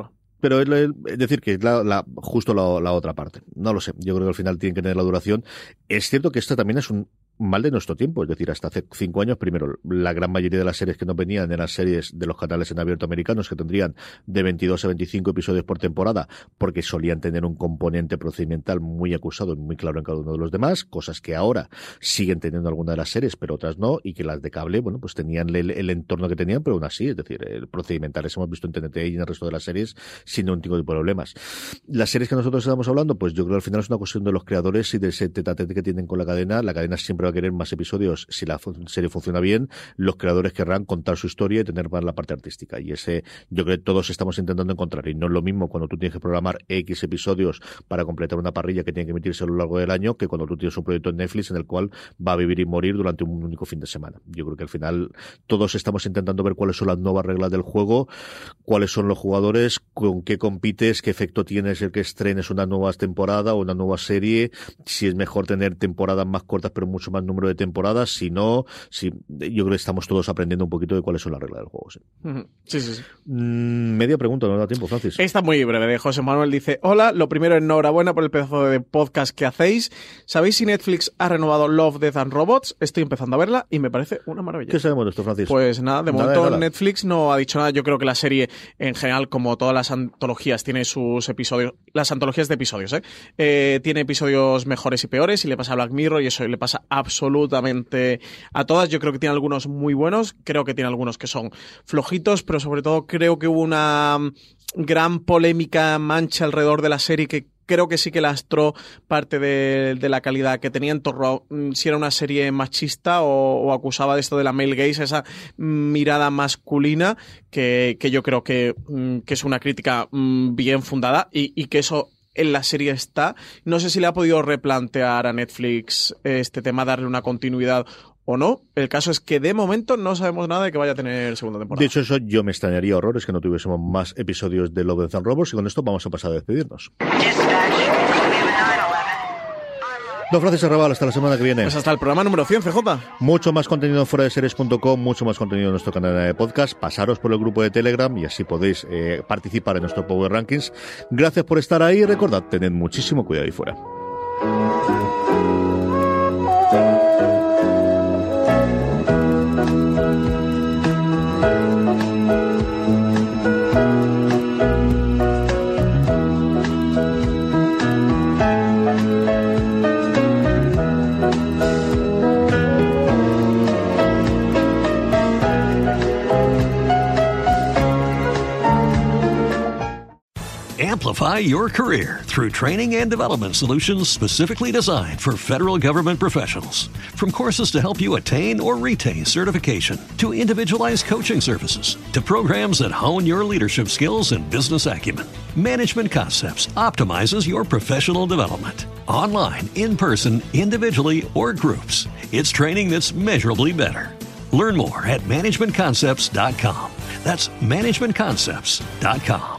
Pero es decir, que es justo la otra parte. No lo sé. Yo creo que al final tienen que tener la duración. Es cierto que esta también es un mal de nuestro tiempo, es decir, hasta hace 5 años, primero, la gran mayoría de las series que nos venían eran series de los canales en abierto americanos que tendrían de 22 a 25 episodios por temporada, porque solían tener un componente procedimental muy acusado y muy claro en cada uno de los demás, cosas que ahora siguen teniendo algunas de las series, pero otras no, y que las de cable, bueno, pues tenían el entorno que tenían, pero aún así, es decir, procedimentales hemos visto en TNT y en el resto de las series sin ningún tipo de problemas. Las series que nosotros estamos hablando, pues yo creo que al final es una cuestión de los creadores y de ese tete-a-tete que tienen con la cadena siempre va a querer más episodios. Si la serie funciona bien, los creadores querrán contar su historia y tener más la parte artística. Y ese, yo creo que todos estamos intentando encontrar. Y no es lo mismo cuando tú tienes que programar X episodios para completar una parrilla que tiene que emitirse a lo largo del año, que cuando tú tienes un proyecto en Netflix en el cual va a vivir y morir durante un único fin de semana. Yo creo que al final todos estamos intentando ver cuáles son las nuevas reglas del juego, cuáles son los jugadores, con qué compites, qué efecto tienes el que estrenes una nueva temporada o una nueva serie, si es mejor tener temporadas más cortas pero mucho más número de temporadas, si no, yo creo que estamos todos aprendiendo un poquito de cuáles son las reglas del juego. Sí. Sí. Media pregunta, no da tiempo, Francis. Está muy breve, de José Manuel dice: hola, lo primero, enhorabuena por el pedazo de podcast que hacéis. ¿Sabéis si Netflix ha renovado Love, Death and Robots? Estoy empezando a verla y me parece una maravilla. ¿Qué sabemos de esto, Francis? Pues nada, de momento Netflix no ha dicho nada. Yo creo que la serie, en general, como todas las antologías, tiene sus episodios, las antologías de episodios, tiene episodios mejores y peores, y le pasa a Black Mirror, y eso le pasa absolutamente a todas. Yo creo que tiene algunos muy buenos, creo que tiene algunos que son flojitos, pero sobre todo creo que hubo una gran polémica, mancha alrededor de la serie que creo que sí que lastró parte de la calidad que tenía en torno a si era una serie machista o acusaba de esto de la male gaze, esa mirada masculina que yo creo que es una crítica bien fundada y que eso en la serie está. No sé si le ha podido replantear a Netflix este tema, darle una continuidad o no. El caso es que de momento no sabemos nada de que vaya a tener segunda temporada. De hecho, eso yo me extrañaría horrores que no tuviésemos más episodios de Love, Death and Robots, y con esto vamos a pasar a despedirnos. Don Francis Arrabal, hasta la semana que viene. Pues hasta el programa número 100, CJ. Mucho más contenido en fueradeseries.com, mucho más contenido en nuestro canal de podcast. Pasaros por el grupo de Telegram y así podéis participar en nuestro Power Rankings. Gracias por estar ahí y recordad, tened muchísimo cuidado ahí fuera. Amplify your career through training and development solutions specifically designed for federal government professionals. From courses to help you attain or retain certification, to individualized coaching services, to programs that hone your leadership skills and business acumen, Management Concepts optimizes your professional development. Online, in person, individually, or groups, it's training that's measurably better. Learn more at managementconcepts.com. That's managementconcepts.com.